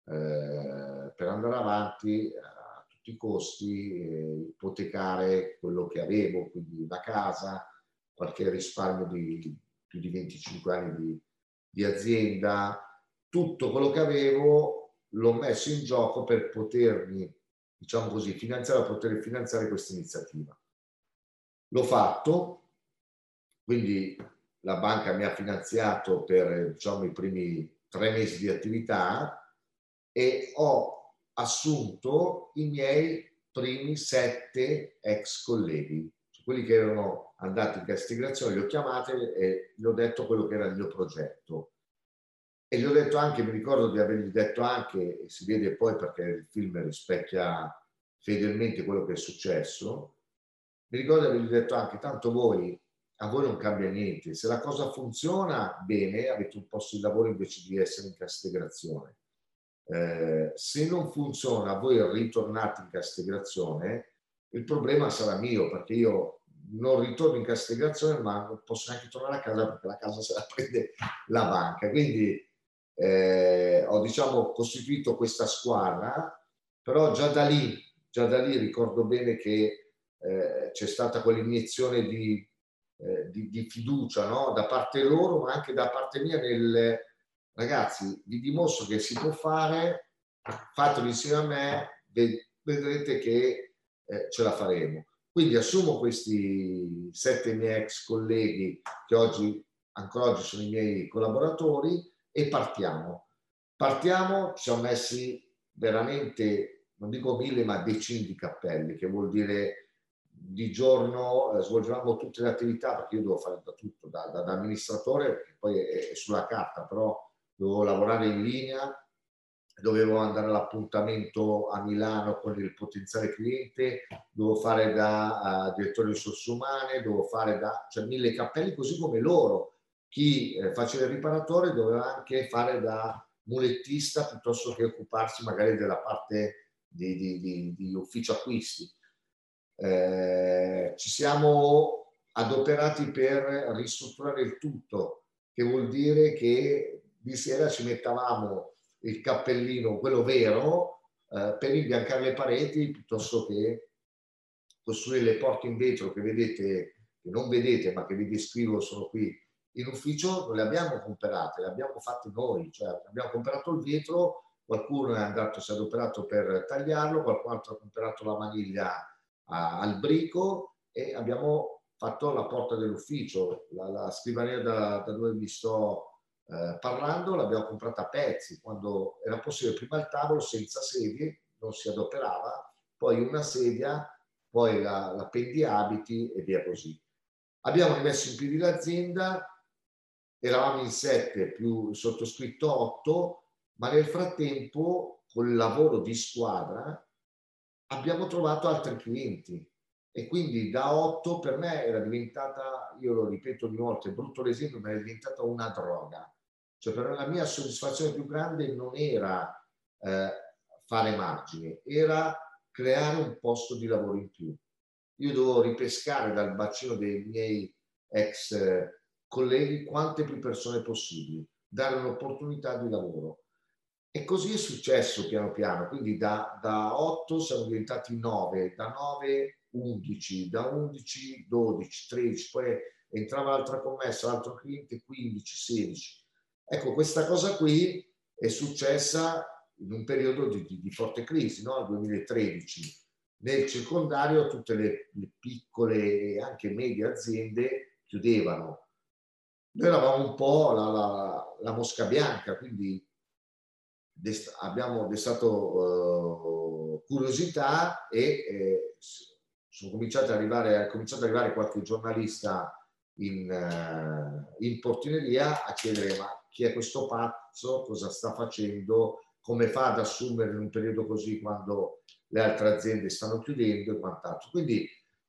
eh, per andare avanti a tutti i costi eh, ipotecare quello che avevo, quindi la casa, qualche risparmio di più di venticinque anni di, di azienda, tutto quello che avevo l'ho messo in gioco per potermi, diciamo così, finanziare, poter finanziare questa iniziativa. L'ho fatto, quindi la banca mi ha finanziato per, diciamo, i primi tre mesi di attività e ho assunto i miei primi sette ex colleghi, quelli che erano andati in cassa integrazione, li ho chiamati e gli ho detto quello che era il mio progetto. E gli ho detto anche, mi ricordo di avergli detto anche, e si vede poi perché il film rispecchia fedelmente quello che è successo, mi ricordo di avergli detto anche, tanto voi, a voi non cambia niente, se la cosa funziona bene, avete un posto di lavoro invece di essere in cassa integrazione. Eh, se non funziona, voi ritornate in cassa integrazione, il problema sarà mio, perché io non ritorno in cassa integrazione, ma non posso neanche tornare a casa perché la casa se la prende la banca. Quindi eh, ho, diciamo, costituito questa squadra, però già da lì, già da lì ricordo bene che eh, c'è stata quell'iniezione di, eh, di, di fiducia, no? Da parte loro, ma anche da parte mia nel ragazzi, vi dimostro che si può fare, fatelo insieme a me, vedrete che eh, ce la faremo. Quindi assumo questi sette miei ex colleghi che oggi, ancora oggi sono i miei collaboratori, e partiamo. Partiamo, ci siamo messi veramente, non dico mille, ma decine di cappelli, che vuol dire di giorno eh, svolgevamo tutte le attività, perché io devo fare da tutto, da, da, da amministratore, che poi è, è sulla carta, però dovevo lavorare in linea, dovevo andare all'appuntamento a Milano con il potenziale cliente, dovevo fare da uh, direttore di risorse umane, dovevo fare da, cioè mille cappelli, così come loro. Chi eh, faceva il riparatore doveva anche fare da mulettista piuttosto che occuparsi magari della parte di, di, di, di ufficio acquisti. Eh, ci siamo adoperati per ristrutturare il tutto, che vuol dire che di sera ci mettavamo il cappellino, quello vero, eh, per imbiancare le pareti piuttosto che costruire le porte in vetro che vedete, che non vedete ma che vi descrivo, sono qui in ufficio. Non le abbiamo comprate, le abbiamo fatte noi, cioè abbiamo comprato il vetro, qualcuno è andato, si è adoperato per tagliarlo, qualcun altro ha comprato la maniglia a, al brico e abbiamo fatto la porta dell'ufficio, la, la scrivania da, da dove vi sto eh, parlando, l'abbiamo comprata a pezzi, quando era possibile. Prima il tavolo senza sedie, non si adoperava, poi una sedia, poi la, la pendiabiti e via così. Abbiamo rimesso in piedi l'azienda, eravamo in sette più il sottoscritto otto, ma nel frattempo col lavoro di squadra abbiamo trovato altri clienti e quindi da otto per me era diventata, io lo ripeto di volte, è brutto l'esempio, ma è diventata una droga. Cioè per me la mia soddisfazione più grande non era eh, fare margine, era creare un posto di lavoro in più. Io dovevo ripescare dal bacino dei miei ex eh, colleghi quante più persone possibili, dare un'opportunità di lavoro. E così è successo piano piano, quindi da, da otto siamo diventati nove, da nove undici, da undici dodici, tredici, poi entrava l'altra commessa, l'altro cliente quindici, sedici. Ecco, questa cosa qui è successa in un periodo di, di, di forte crisi, no? Nel duemilatredici. Nel circondario tutte le, le piccole e anche medie aziende chiudevano. Noi eravamo un po' la, la, la mosca bianca, quindi dest- abbiamo destato uh, curiosità e eh, sono cominciati ad arrivare, è cominciato ad arrivare qualche giornalista in, uh, in portineria a chiedere ma chi è questo pazzo, cosa sta facendo, come fa ad assumere in un periodo così quando le altre aziende stanno chiudendo e quant'altro. Quindi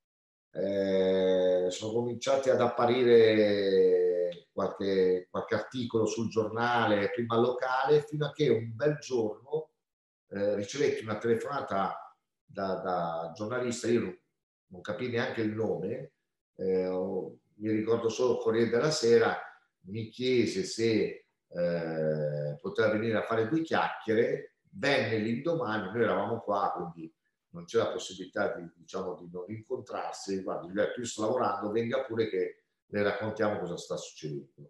eh, sono cominciati ad apparire qualche, qualche articolo sul giornale, prima locale, fino a che un bel giorno eh, ricevetti una telefonata da, da giornalista, io non, non capii neanche il nome, eh, mi ricordo solo Corriere della Sera, mi chiese se eh, poteva venire a fare due chiacchiere, venne l'indomani, noi eravamo qua, quindi non c'è la possibilità di, diciamo, di non incontrarsi. Guarda, gli ho detto, io sto lavorando, venga pure che le raccontiamo cosa sta succedendo.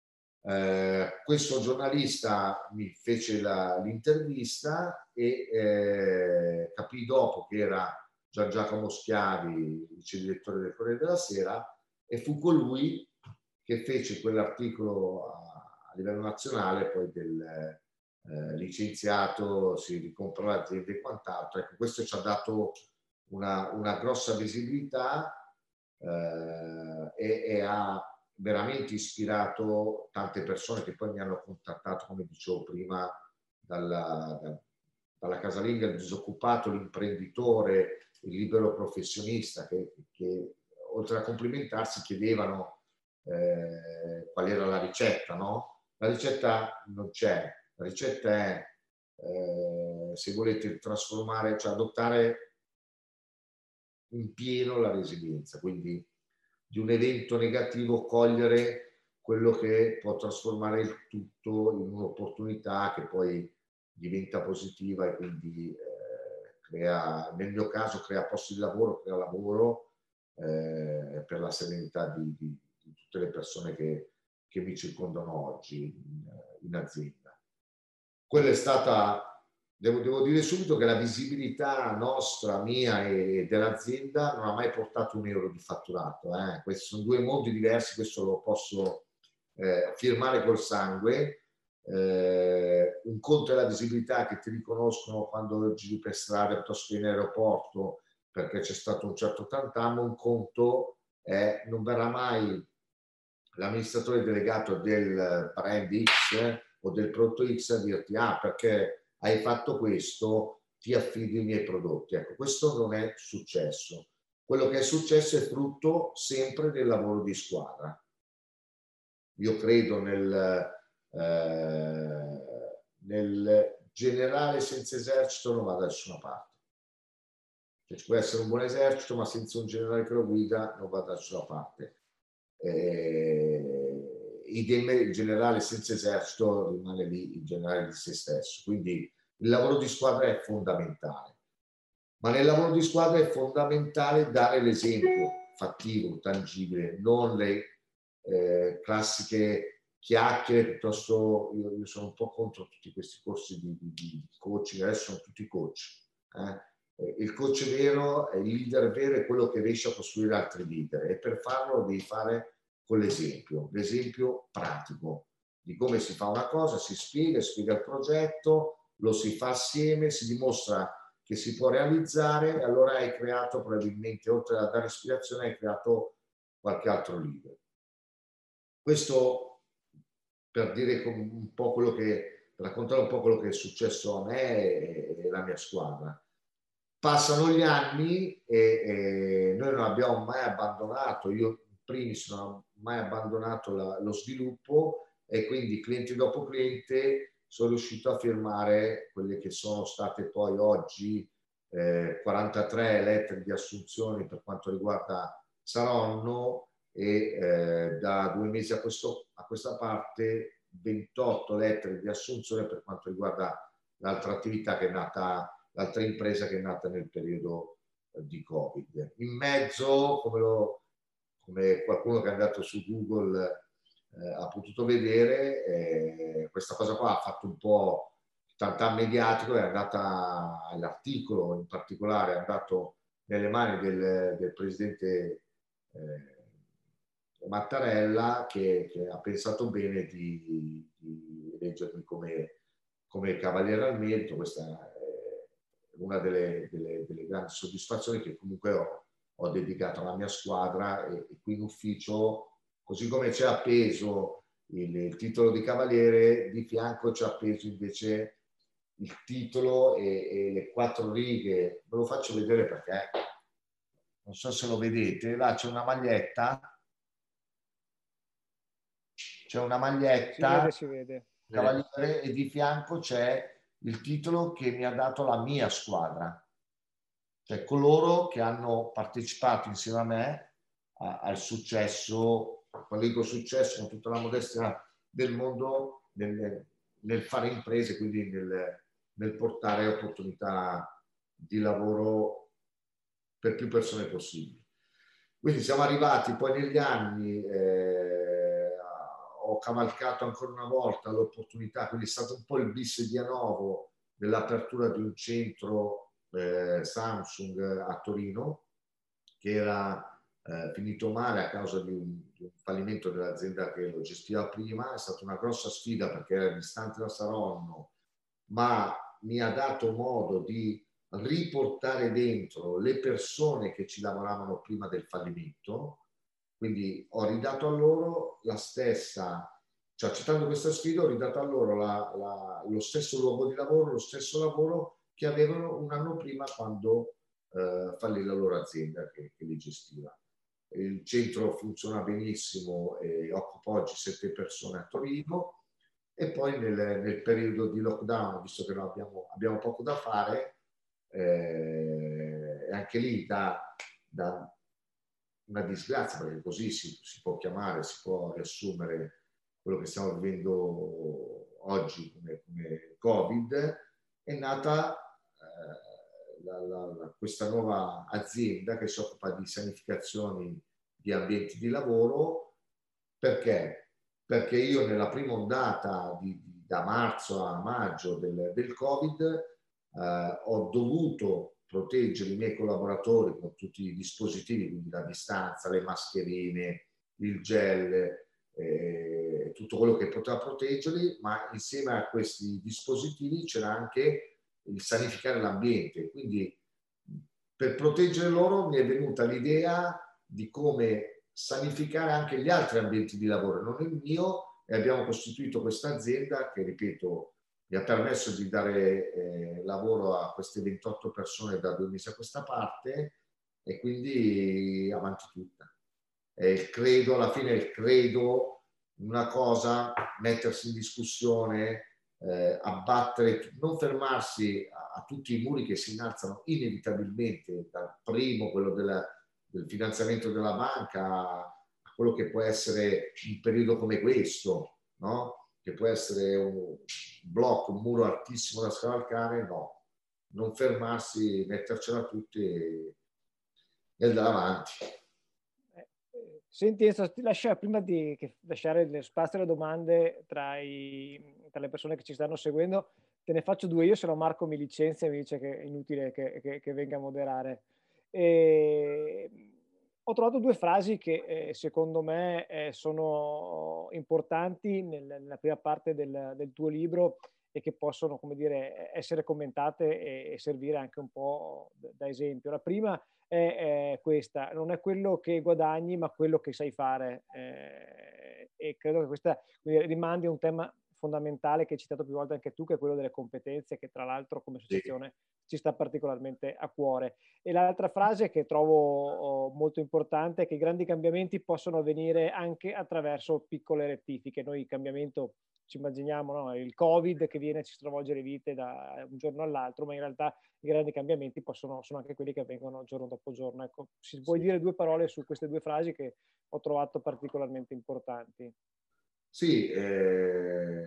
Eh, questo giornalista mi fece la, l'intervista e eh, capì dopo che era Gian Giacomo Schiavi, vice direttore del Corriere della Sera, e fu colui che fece quell'articolo a, a livello nazionale poi del eh, licenziato, si ricompra l'azienda e quant'altro. Ecco, questo ci ha dato una, una grossa visibilità eh, e, e ha veramente ispirato tante persone che poi mi hanno contattato, come dicevo prima, dalla, da, dalla casalinga, il disoccupato, l'imprenditore, il libero professionista, che, che oltre a complimentarsi chiedevano eh, qual era la ricetta, no? La ricetta non c'è, la ricetta è, eh, se volete, trasformare, cioè adottare in pieno la resilienza, quindi di un evento negativo cogliere quello che può trasformare il tutto in un'opportunità che poi diventa positiva e quindi eh, crea, nel mio caso, crea posti di lavoro, crea lavoro eh, per la serenità di, di, di tutte le persone che, che mi circondano oggi in, in azienda. Quella è stata... Devo, devo dire subito che la visibilità nostra, mia e dell'azienda non ha mai portato un euro di fatturato. Eh. Questi sono due mondi diversi, questo lo posso eh, firmare col sangue. Eh, un conto è la visibilità che ti riconoscono quando giri per strada piuttosto che in aeroporto perché c'è stato un certo tantam, un conto è non verrà mai l'amministratore delegato del brand X eh, o del prodotto X a dirti ah perché hai fatto questo ti affido i miei prodotti. Ecco, questo non è successo. Quello che è successo è frutto sempre del lavoro di squadra. Io credo nel, eh, nel generale senza esercito non va da nessuna parte. Cioè, ci può essere un buon esercito, ma senza un generale che lo guida non va da nessuna parte. Eh, il generale senza esercito rimane lì il generale di se stesso. Quindi il lavoro di squadra è fondamentale. Ma nel lavoro di squadra è fondamentale dare l'esempio fattivo, tangibile, non le eh, classiche chiacchiere, piuttosto io, io sono un po' contro tutti questi corsi di, di, di coaching, adesso sono tutti coach. Eh? Eh, il coach vero, il leader vero è quello che riesce a costruire altri leader e per farlo lo devi fare con l'esempio, l'esempio pratico di come si fa una cosa, si spiega, spiega il progetto, lo si fa assieme, si dimostra che si può realizzare e allora hai creato probabilmente, oltre a dare ispirazione, hai creato qualche altro leader. Questo per dire un po' quello che, per raccontare un po' quello che è successo a me e, e la mia squadra. Passano gli anni e, e noi non abbiamo mai abbandonato, io in primis non ho mai abbandonato la, lo sviluppo e quindi cliente dopo cliente sono riuscito a firmare quelle che sono state poi oggi eh, quarantatré lettere di assunzioni per quanto riguarda Saronno e eh, da due mesi a, questo, a questa parte ventotto lettere di assunzione per quanto riguarda l'altra attività che è nata, l'altra impresa che è nata nel periodo eh, di Covid. In mezzo, come, lo, come qualcuno che è andato su Google eh, ha potuto vedere, eh, questa cosa qua ha fatto un po' tantà mediatico, è andata, l'articolo in particolare è andato nelle mani del, del presidente eh, Mattarella che, che ha pensato bene di, di eleggermi come, come cavaliere al merito. Questa è una delle, delle, delle grandi soddisfazioni che comunque ho, ho dedicato alla mia squadra e, e qui in ufficio, così come c'è appeso il, il titolo di cavaliere, di fianco c'è appeso invece il titolo e, e le quattro righe. Ve lo faccio vedere perché non so se lo vedete, là c'è una maglietta, c'è una maglietta, si vede, si vede. cavaliere, e di fianco c'è il titolo che mi ha dato la mia squadra, cioè coloro che hanno partecipato insieme a me a, al successo, quando dico successo con tutta la modestia del mondo, nel, nel fare imprese, quindi nel, nel portare opportunità di lavoro per più persone possibili. Quindi siamo arrivati poi negli anni, eh, ho cavalcato ancora una volta l'opportunità, quindi è stato un po' il bis di Anovo dell'apertura di un centro eh, Samsung a Torino, che era eh, finito male a causa di un, di un fallimento dell'azienda che lo gestiva prima. È stata una grossa sfida perché era distante da Saronno, ma mi ha dato modo di riportare dentro le persone che ci lavoravano prima del fallimento. Quindi ho ridato a loro la stessa, cioè accettando questa sfida ho ridato a loro la, la, lo stesso luogo di lavoro, lo stesso lavoro che avevano un anno prima quando eh, fallì la loro azienda che, che li gestiva. Il centro funziona benissimo e occupa oggi sette persone a Torino. E poi nel, nel periodo di lockdown, visto che noi abbiamo, abbiamo poco da fare, eh, anche lì da, da una disgrazia, perché così si, si può chiamare, si può riassumere quello che stiamo vivendo oggi come, come Covid, è nata eh, la, la, la, questa nuova azienda che si occupa di sanificazioni di ambienti di lavoro. Perché? Perché io nella prima ondata di, di, da marzo a maggio del, del Covid eh, ho dovuto proteggere i miei collaboratori con tutti i dispositivi, quindi la distanza, le mascherine, il gel, eh, tutto quello che poteva proteggerli, ma insieme a questi dispositivi c'era anche il sanificare l'ambiente. Quindi per proteggere loro mi è venuta l'idea di come sanificare anche gli altri ambienti di lavoro, non il mio, e abbiamo costituito questa azienda che, ripeto, mi ha permesso di dare eh, lavoro a queste ventotto persone da due mesi a questa parte, e quindi avanti tutta. È il credo, alla fine è il credo, una cosa, mettersi in discussione, eh, abbattere, non fermarsi a, a tutti i muri che si innalzano inevitabilmente, dal primo, quello della, del finanziamento della banca, a quello che può essere un periodo come questo, no? Che può essere un blocco, un muro altissimo da scavalcare, no. Non fermarsi, mettercela tutti e, e andare avanti. Senti Enzo, ti lascia, prima di che lasciare lo spazio alle domande tra, i, tra le persone che ci stanno seguendo, te ne faccio due. Io, se no Marco mi licenzia e mi dice che è inutile che, che, che venga a moderare. E ho trovato due frasi che eh, secondo me eh, sono importanti nel, nella prima parte del, del tuo libro e che possono, come dire, essere commentate e, e servire anche un po' da, da esempio. La prima è, è questa: non è quello che guadagni ma quello che sai fare, eh, e credo che questa rimandi a un tema fondamentale che hai citato più volte anche tu, che è quello delle competenze, che tra l'altro come associazione sì. ci sta particolarmente a cuore. E l'altra frase che trovo oh, molto importante è che i grandi cambiamenti possono avvenire anche attraverso piccole rettifiche. Noi il cambiamento ci immaginiamo, no? Il Covid che viene a ci stravolgere le vite da un giorno all'altro, ma in realtà i grandi cambiamenti possono, sono anche quelli che avvengono giorno dopo giorno. Ecco, si puoi dire due parole su queste due frasi che ho trovato particolarmente importanti? Sì, eh,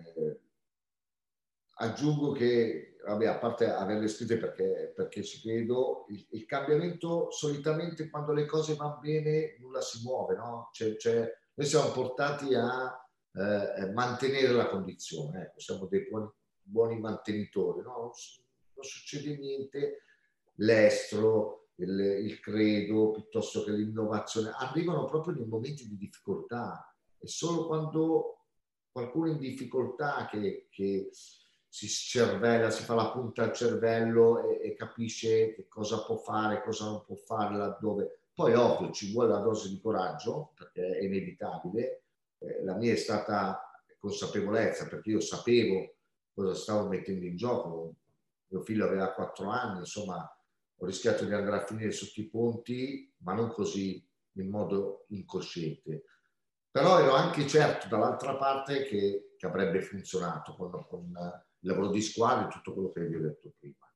aggiungo che, vabbè, a parte averle scritte perché, perché ci credo, il, il cambiamento solitamente quando le cose vanno bene nulla si muove, no? Cioè, cioè, noi siamo portati a eh, mantenere la condizione, ecco, siamo dei buoni, buoni mantenitori, no? Non, non succede niente, l'estro, il, il credo, piuttosto che l'innovazione, arrivano proprio nei momenti di difficoltà. E solo quando qualcuno in difficoltà che, che si scervella, si fa la punta al cervello e, e capisce che cosa può fare, cosa non può fare, laddove. Poi ovvio ci vuole la dose di coraggio, perché è inevitabile. Eh, la mia è stata consapevolezza, perché io sapevo cosa stavo mettendo in gioco. Mio figlio aveva quattro anni, insomma, ho rischiato di andare a finire sotto i ponti, ma non così in modo incosciente. Però ero anche certo dall'altra parte che, che avrebbe funzionato con, con il lavoro di squadra e tutto quello che vi ho detto prima.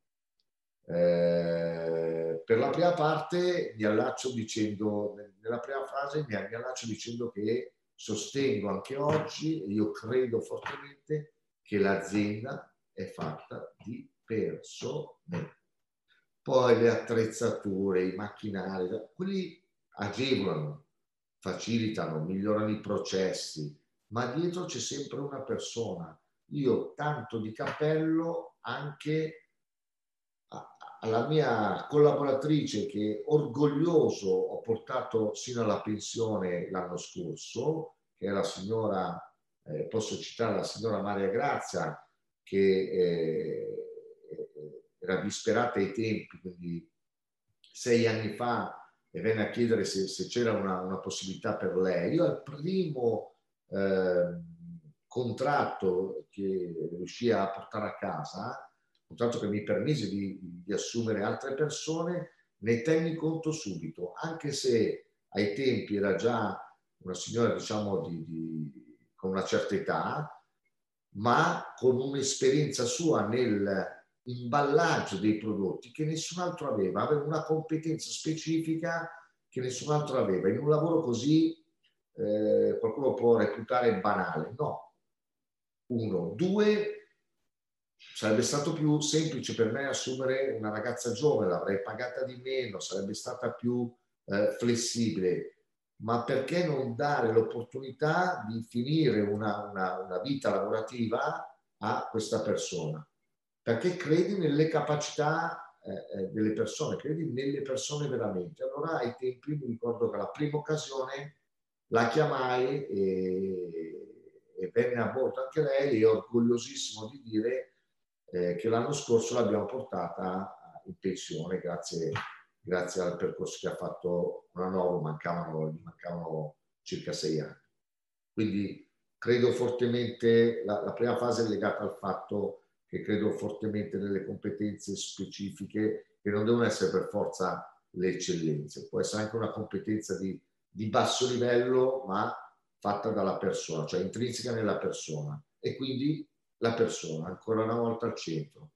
Eh, per la prima parte mi allaccio dicendo, nella prima frase mi, mi allaccio dicendo che sostengo anche oggi, e io credo fortemente, che l'azienda è fatta di persone. Poi le attrezzature, i macchinari, quelli agevolano, facilitano, migliorano i processi, ma dietro c'è sempre una persona. Io tanto di cappello anche alla mia collaboratrice che orgoglioso ho portato sino alla pensione l'anno scorso, che è la signora, eh, posso citare la signora Maria Grazia, che eh, era disperata ai tempi, quindi sei anni fa, e venne a chiedere se, se c'era una, una possibilità per lei. Io al primo eh, contratto che riuscì a portare a casa, contratto che mi permise di, di assumere altre persone, ne tenni conto subito, anche se ai tempi era già una signora, diciamo, di, di, con una certa età, ma con un'esperienza sua nel imballaggio dei prodotti che nessun altro aveva, aveva una competenza specifica che nessun altro aveva. In un lavoro così eh, qualcuno può reputare banale, no. Uno. Due, sarebbe stato più semplice per me assumere una ragazza giovane, l'avrei pagata di meno, sarebbe stata più eh, flessibile. Ma perché non dare l'opportunità di finire una, una, una vita lavorativa a questa persona? Perché credi nelle capacità eh, delle persone, credi nelle persone veramente. Allora ai tempi mi ricordo che la prima occasione la chiamai e, e venne a bordo anche lei, e orgogliosissimo di dire eh, che l'anno scorso l'abbiamo portata in pensione grazie, grazie al percorso che ha fatto con la Novo, mancavano, gli mancavano circa sei anni. Quindi credo fortemente, la, la prima fase è legata al fatto che credo fortemente nelle competenze specifiche, che non devono essere per forza le eccellenze, può essere anche una competenza di, di basso livello, ma fatta dalla persona, cioè intrinseca nella persona, e quindi la persona, ancora una volta al centro.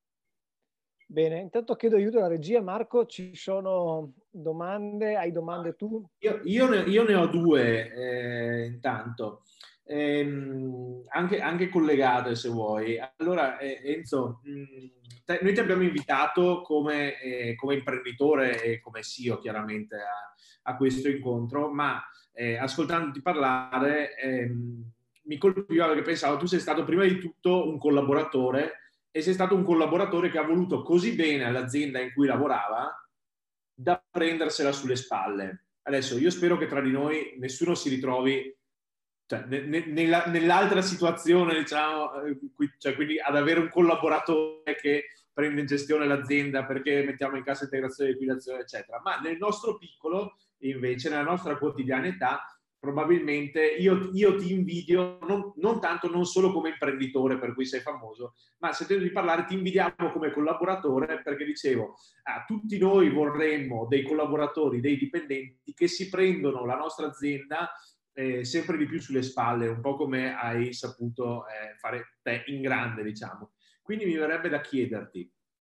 Bene, intanto chiedo aiuto alla regia. Marco, ci sono domande? Hai domande tu? Io, io, ne, io ne ho due eh, intanto, ehm, anche, anche collegate se vuoi. Allora, eh, Enzo, mh, te, noi ti abbiamo invitato come, eh, come imprenditore e come C E O chiaramente a, a questo incontro, ma eh, ascoltandoti parlare ehm, mi colpiva perché pensavo tu sei stato prima di tutto un collaboratore e sei stato un collaboratore che ha voluto così bene all'azienda in cui lavorava da prendersela sulle spalle. Adesso io spero che tra di noi nessuno si ritrovi cioè, ne, ne, nella, nell'altra situazione, diciamo, qui, cioè, quindi ad avere un collaboratore che prende in gestione l'azienda perché mettiamo in cassa integrazione e liquidazione, eccetera. Ma nel nostro piccolo, invece, nella nostra quotidianità, probabilmente io, io ti invidio non, non tanto, non solo come imprenditore per cui sei famoso, ma sentendo di parlare ti invidiamo come collaboratore perché dicevo, ah, tutti noi vorremmo dei collaboratori, dei dipendenti che si prendono la nostra azienda eh, sempre di più sulle spalle, un po' come hai saputo eh, fare te in grande, diciamo. Quindi mi verrebbe da chiederti,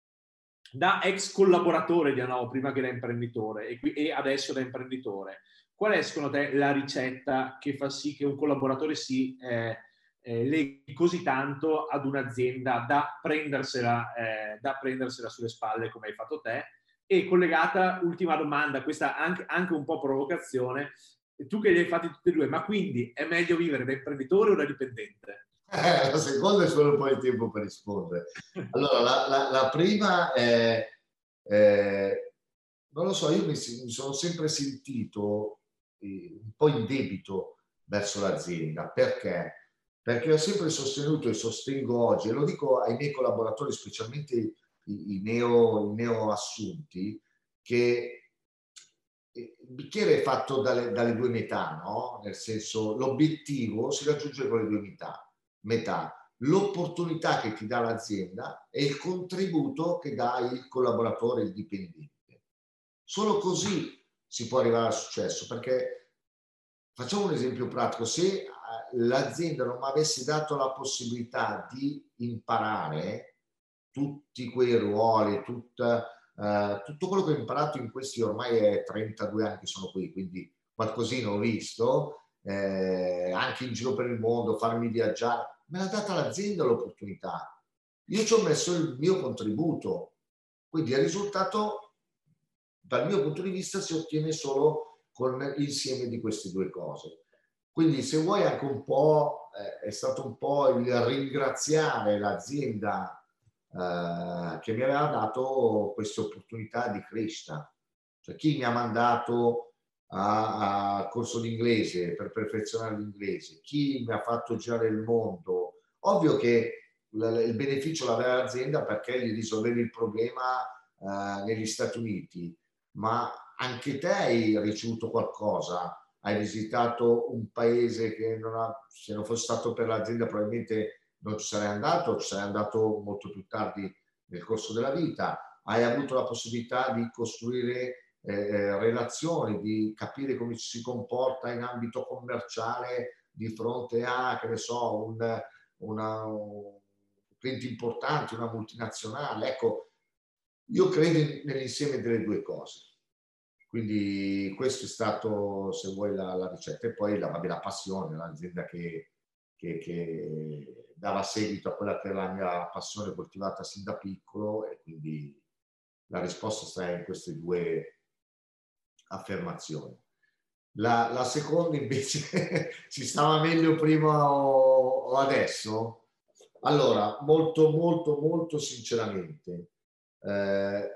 da ex collaboratore di Anovo, prima che da imprenditore e, qui, e adesso da imprenditore, qual è secondo te la ricetta che fa sì che un collaboratore si eh, eh, leghi così tanto ad un'azienda da prendersela, eh, da prendersela sulle spalle come hai fatto te? E collegata, ultima domanda, questa anche, anche un po' provocazione, tu che li hai fatti tutti e due, ma quindi è meglio vivere da imprenditore o da dipendente? Eh, la seconda è solo un po' di tempo per rispondere. Allora, la, la, la prima è, eh, non lo so, io mi, mi sono sempre sentito eh, un po' in debito verso l'azienda. Perché? Perché ho sempre sostenuto e sostengo oggi, e lo dico ai miei collaboratori, specialmente i, i, neo, i neo assunti, che il bicchiere è fatto dalle, dalle due metà, no? Nel senso, l'obiettivo si raggiunge con le due metà. metà. L'opportunità che ti dà l'azienda e il contributo che dà il collaboratore, il dipendente. Solo così si può arrivare al successo, perché facciamo un esempio pratico: se l'azienda non mi avesse dato la possibilità di imparare tutti quei ruoli, tutta Uh, tutto quello che ho imparato in questi ormai è trentadue anni che sono qui, quindi qualcosina ho visto, eh, anche in giro per il mondo, farmi viaggiare, me l'ha data l'azienda l'opportunità. Io ci ho messo il mio contributo, quindi il risultato dal mio punto di vista si ottiene solo con l'insieme di queste due cose. Quindi se vuoi anche un po', eh, è stato un po' il ringraziare l'azienda Uh, che mi aveva dato queste opportunità di crescita. Cioè, chi mi ha mandato a, a corso di inglese per perfezionare l'inglese, chi mi ha fatto girare il mondo. Ovvio che l- il beneficio l'aveva l'azienda perché gli risolvevi il problema uh, negli Stati Uniti, ma anche te hai ricevuto qualcosa. Hai visitato un paese che non ha, se non fosse stato per l'azienda probabilmente non ci sarei andato, ci sarei andato molto più tardi nel corso della vita. Hai avuto la possibilità di costruire eh, relazioni, di capire come ci si comporta in ambito commerciale di fronte a, che ne so, un, una, un cliente importante, una multinazionale. Ecco, io credo nell'insieme delle due cose. Quindi questo è stato, se vuoi, la, la ricetta. E poi la, vabbè, la passione, l'azienda che, che, che dava seguito a quella che era la mia passione coltivata sin da piccolo, e quindi la risposta sta in queste due affermazioni. La, la seconda invece si stava meglio prima o, o adesso? Allora, molto molto molto sinceramente, eh,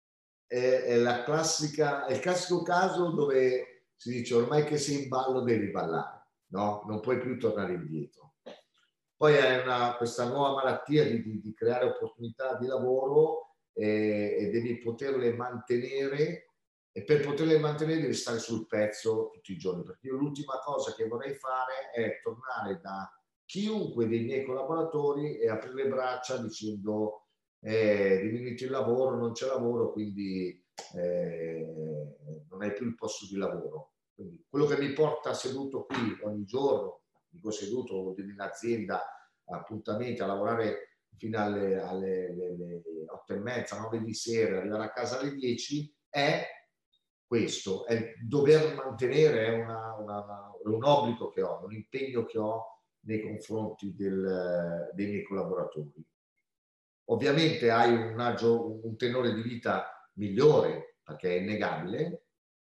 è, è la classica, è il classico caso dove si dice ormai che sei in ballo devi ballare, no? Non puoi più tornare indietro. Poi hai una, questa nuova malattia di, di, di creare opportunità di lavoro e, e devi poterle mantenere, e per poterle mantenere devi stare sul pezzo tutti i giorni, perché io l'ultima cosa che vorrei fare è tornare da chiunque dei miei collaboratori e aprire le braccia dicendo eh, diminuito il lavoro, non c'è lavoro, quindi eh, non hai più il posto di lavoro. Quindi quello che mi porta seduto qui ogni giorno, dico seduto in azienda, appuntamenti, a lavorare fino alle, alle, alle, alle otto e mezza, nove di sera, arrivare a casa alle dieci, è questo, è dover mantenere, è una, una, una, un obbligo che ho, un impegno che ho nei confronti del, dei miei collaboratori. Ovviamente hai un, agio, un tenore di vita migliore, perché è innegabile,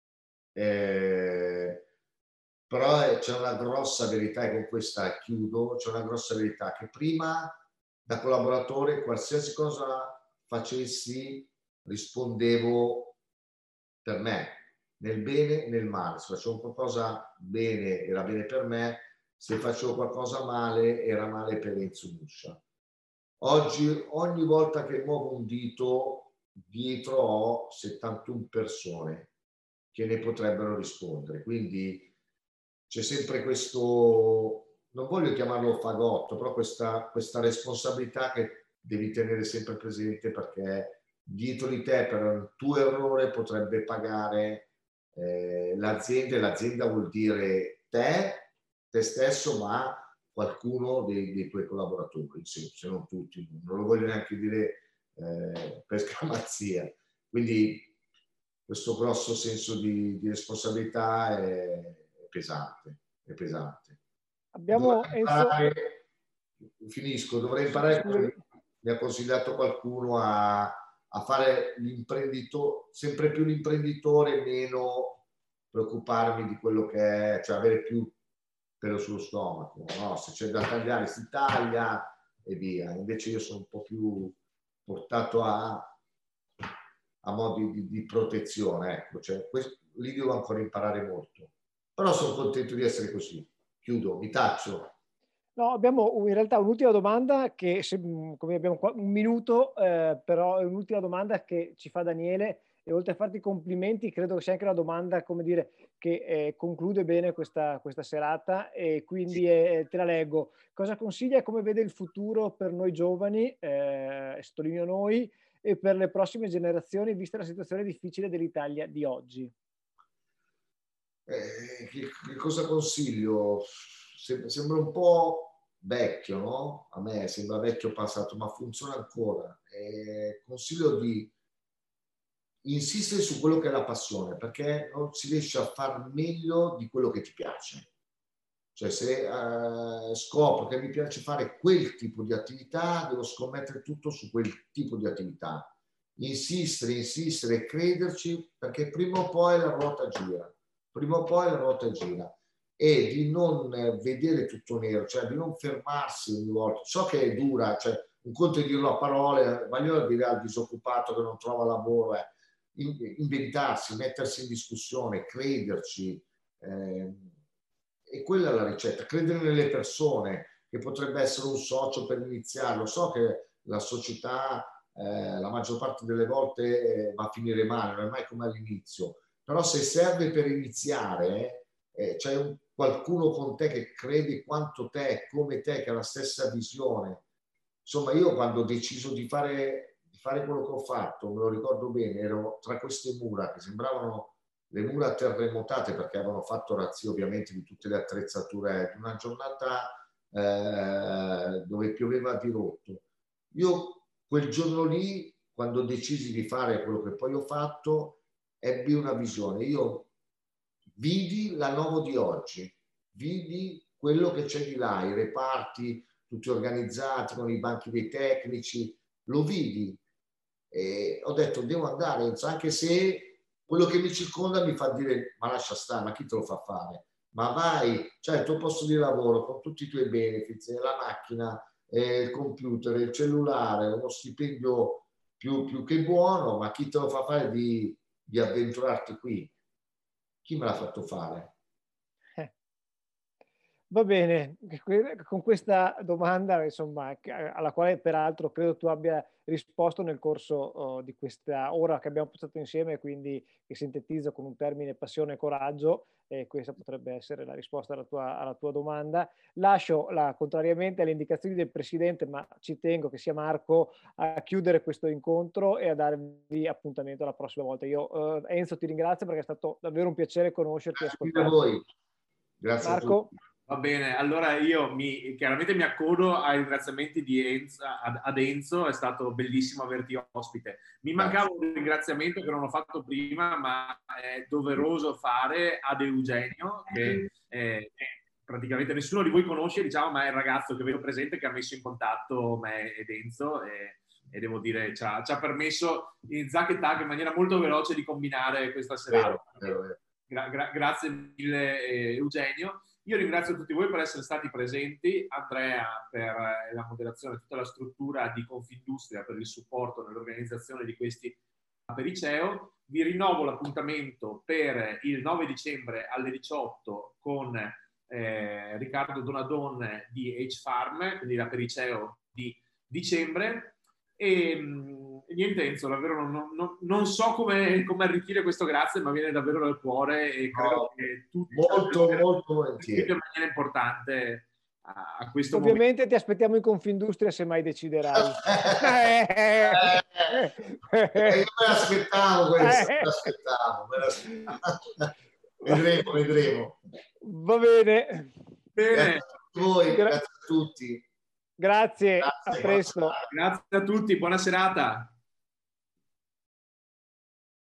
eh, però c'è una grossa verità, e con questa chiudo, c'è una grossa verità, che prima da collaboratore qualsiasi cosa facessi rispondevo per me, nel bene e nel male. Se facevo qualcosa bene era bene per me, se facevo qualcosa male era male per Enzo Muscia. Oggi ogni volta che muovo un dito dietro ho settantuno persone che ne potrebbero rispondere, quindi c'è sempre questo, non voglio chiamarlo fagotto, però questa, questa responsabilità che devi tenere sempre presente, perché dietro di te per un tuo errore potrebbe pagare eh, l'azienda, e l'azienda vuol dire te, te stesso, ma qualcuno dei, dei tuoi collaboratori, se, se non tutti, non lo voglio neanche dire eh, per scamazia. Quindi questo grosso senso di, di responsabilità è, è pesante, è pesante. Abbiamo, Dovrei Enzo, imparare, finisco, dovrei imparare, scusami. mi ha consigliato qualcuno a, a fare l'imprenditore, sempre più l'imprenditore, meno preoccuparmi di quello che è, cioè avere più pelo sullo stomaco, no? Se c'è da tagliare si taglia e via. Invece io sono un po' più portato a, a modi di, di protezione, ecco, cioè, questo, lì devo ancora imparare molto, però sono contento di essere così. Chiudo, mi taccio. No, abbiamo in realtà un'ultima domanda che, se, come abbiamo qua, un minuto, eh, però è un'ultima domanda che ci fa Daniele, e oltre a farti i complimenti, credo che sia anche una domanda, come dire, che eh, conclude bene questa, questa serata, e quindi eh, te la leggo. Cosa consiglia e come vede il futuro per noi giovani, eh, sottolineo noi, e per le prossime generazioni, vista la situazione difficile dell'Italia di oggi? Eh, che, che cosa consiglio? Sem- sembra un po' vecchio, no? A me sembra vecchio passato, ma funziona ancora. Eh, consiglio di insistere su quello che è la passione, perché non si riesce a far meglio di quello che ti piace. Cioè, se eh, scopro che mi piace fare quel tipo di attività, devo scommettere tutto su quel tipo di attività. Insistere, insistere, crederci, perché prima o poi la ruota gira. Prima o poi la ruota gira. E di non vedere tutto nero, cioè di non fermarsi ogni volta. So che è dura, cioè un conto è dirlo a parole, voglio dire al disoccupato che non trova lavoro, eh. Inventarsi, mettersi in discussione, crederci. Eh, e quella è la ricetta, credere nelle persone, che potrebbe essere un socio per iniziare. Lo so che la società eh, la maggior parte delle volte eh, va a finire male, non è mai come all'inizio, però se serve per iniziare, eh, c'è un, qualcuno con te che crede quanto te, come te, che ha la stessa visione. Insomma, io quando ho deciso di fare, di fare quello che ho fatto, me lo ricordo bene, ero tra queste mura che sembravano le mura terremotate, perché avevano fatto razzia ovviamente di tutte le attrezzature, di una giornata eh, dove pioveva a dirotto. Io quel giorno lì, quando decisi di fare quello che poi ho fatto, ebbi una visione. Io vidi la Novo di oggi, vidi quello che c'è di là, i reparti tutti organizzati con i banchi dei tecnici, lo vidi e ho detto devo andare, anche se quello che mi circonda mi fa dire ma lascia stare, ma chi te lo fa fare? Ma vai, c'hai il tuo posto di lavoro con tutti i tuoi benefit, la macchina, eh, il computer, il cellulare, uno stipendio più, più che buono, ma chi te lo fa fare di, di avventurarti qui? Chi me l'ha fatto fare? Eh. Va bene, con questa domanda, insomma, alla quale peraltro credo tu abbia risposto nel corso oh, di questa ora che abbiamo passato insieme, quindi che sintetizzo con un termine passione e coraggio, e questa potrebbe essere la risposta alla tua, alla tua domanda. Lascio, la, contrariamente alle indicazioni del Presidente, ma ci tengo che sia Marco a chiudere questo incontro e a darvi appuntamento la prossima volta. Io, eh, Enzo, ti ringrazio perché è stato davvero un piacere conoscerti e ascoltarti. Grazie a voi. Grazie Marco? a tutti. Va bene, allora io mi, chiaramente mi accodo ai ringraziamenti di Enzo, ad, ad Enzo, è stato bellissimo averti ospite. Mi mancava un ringraziamento che non ho fatto prima, ma è doveroso fare ad Eugenio, che eh, praticamente nessuno di voi conosce, diciamo, ma è il ragazzo che vedo presente che ha messo in contatto me ed Enzo e, e devo dire ci ha, ci ha permesso in zac e tag in maniera molto veloce di combinare questa serata. Vero, vero. Gra- gra- grazie mille eh, Eugenio. Io ringrazio tutti voi per essere stati presenti, Andrea per la moderazione, tutta la struttura di Confindustria per il supporto nell'organizzazione di questi Apericeo. Vi rinnovo l'appuntamento per il nove dicembre alle diciotto con eh, Riccardo Donadon di H-Farm, quindi l'Apericeo di dicembre. E mh, niente Enzo, davvero non, non, non so come, come arricchire questo grazie, ma viene davvero dal cuore e credo no, che tutti molto molto volentieri in maniera importante a, a questo ovviamente momento. Ti aspettiamo in Confindustria se mai deciderai. eh, me l'aspettavo questo, me l'aspettavo, me l'aspettavo. vedremo, vedremo. Va bene, bene. Grazie a voi, grazie a tutti. Grazie, Grazie, a presto. Grazie a tutti, buona serata.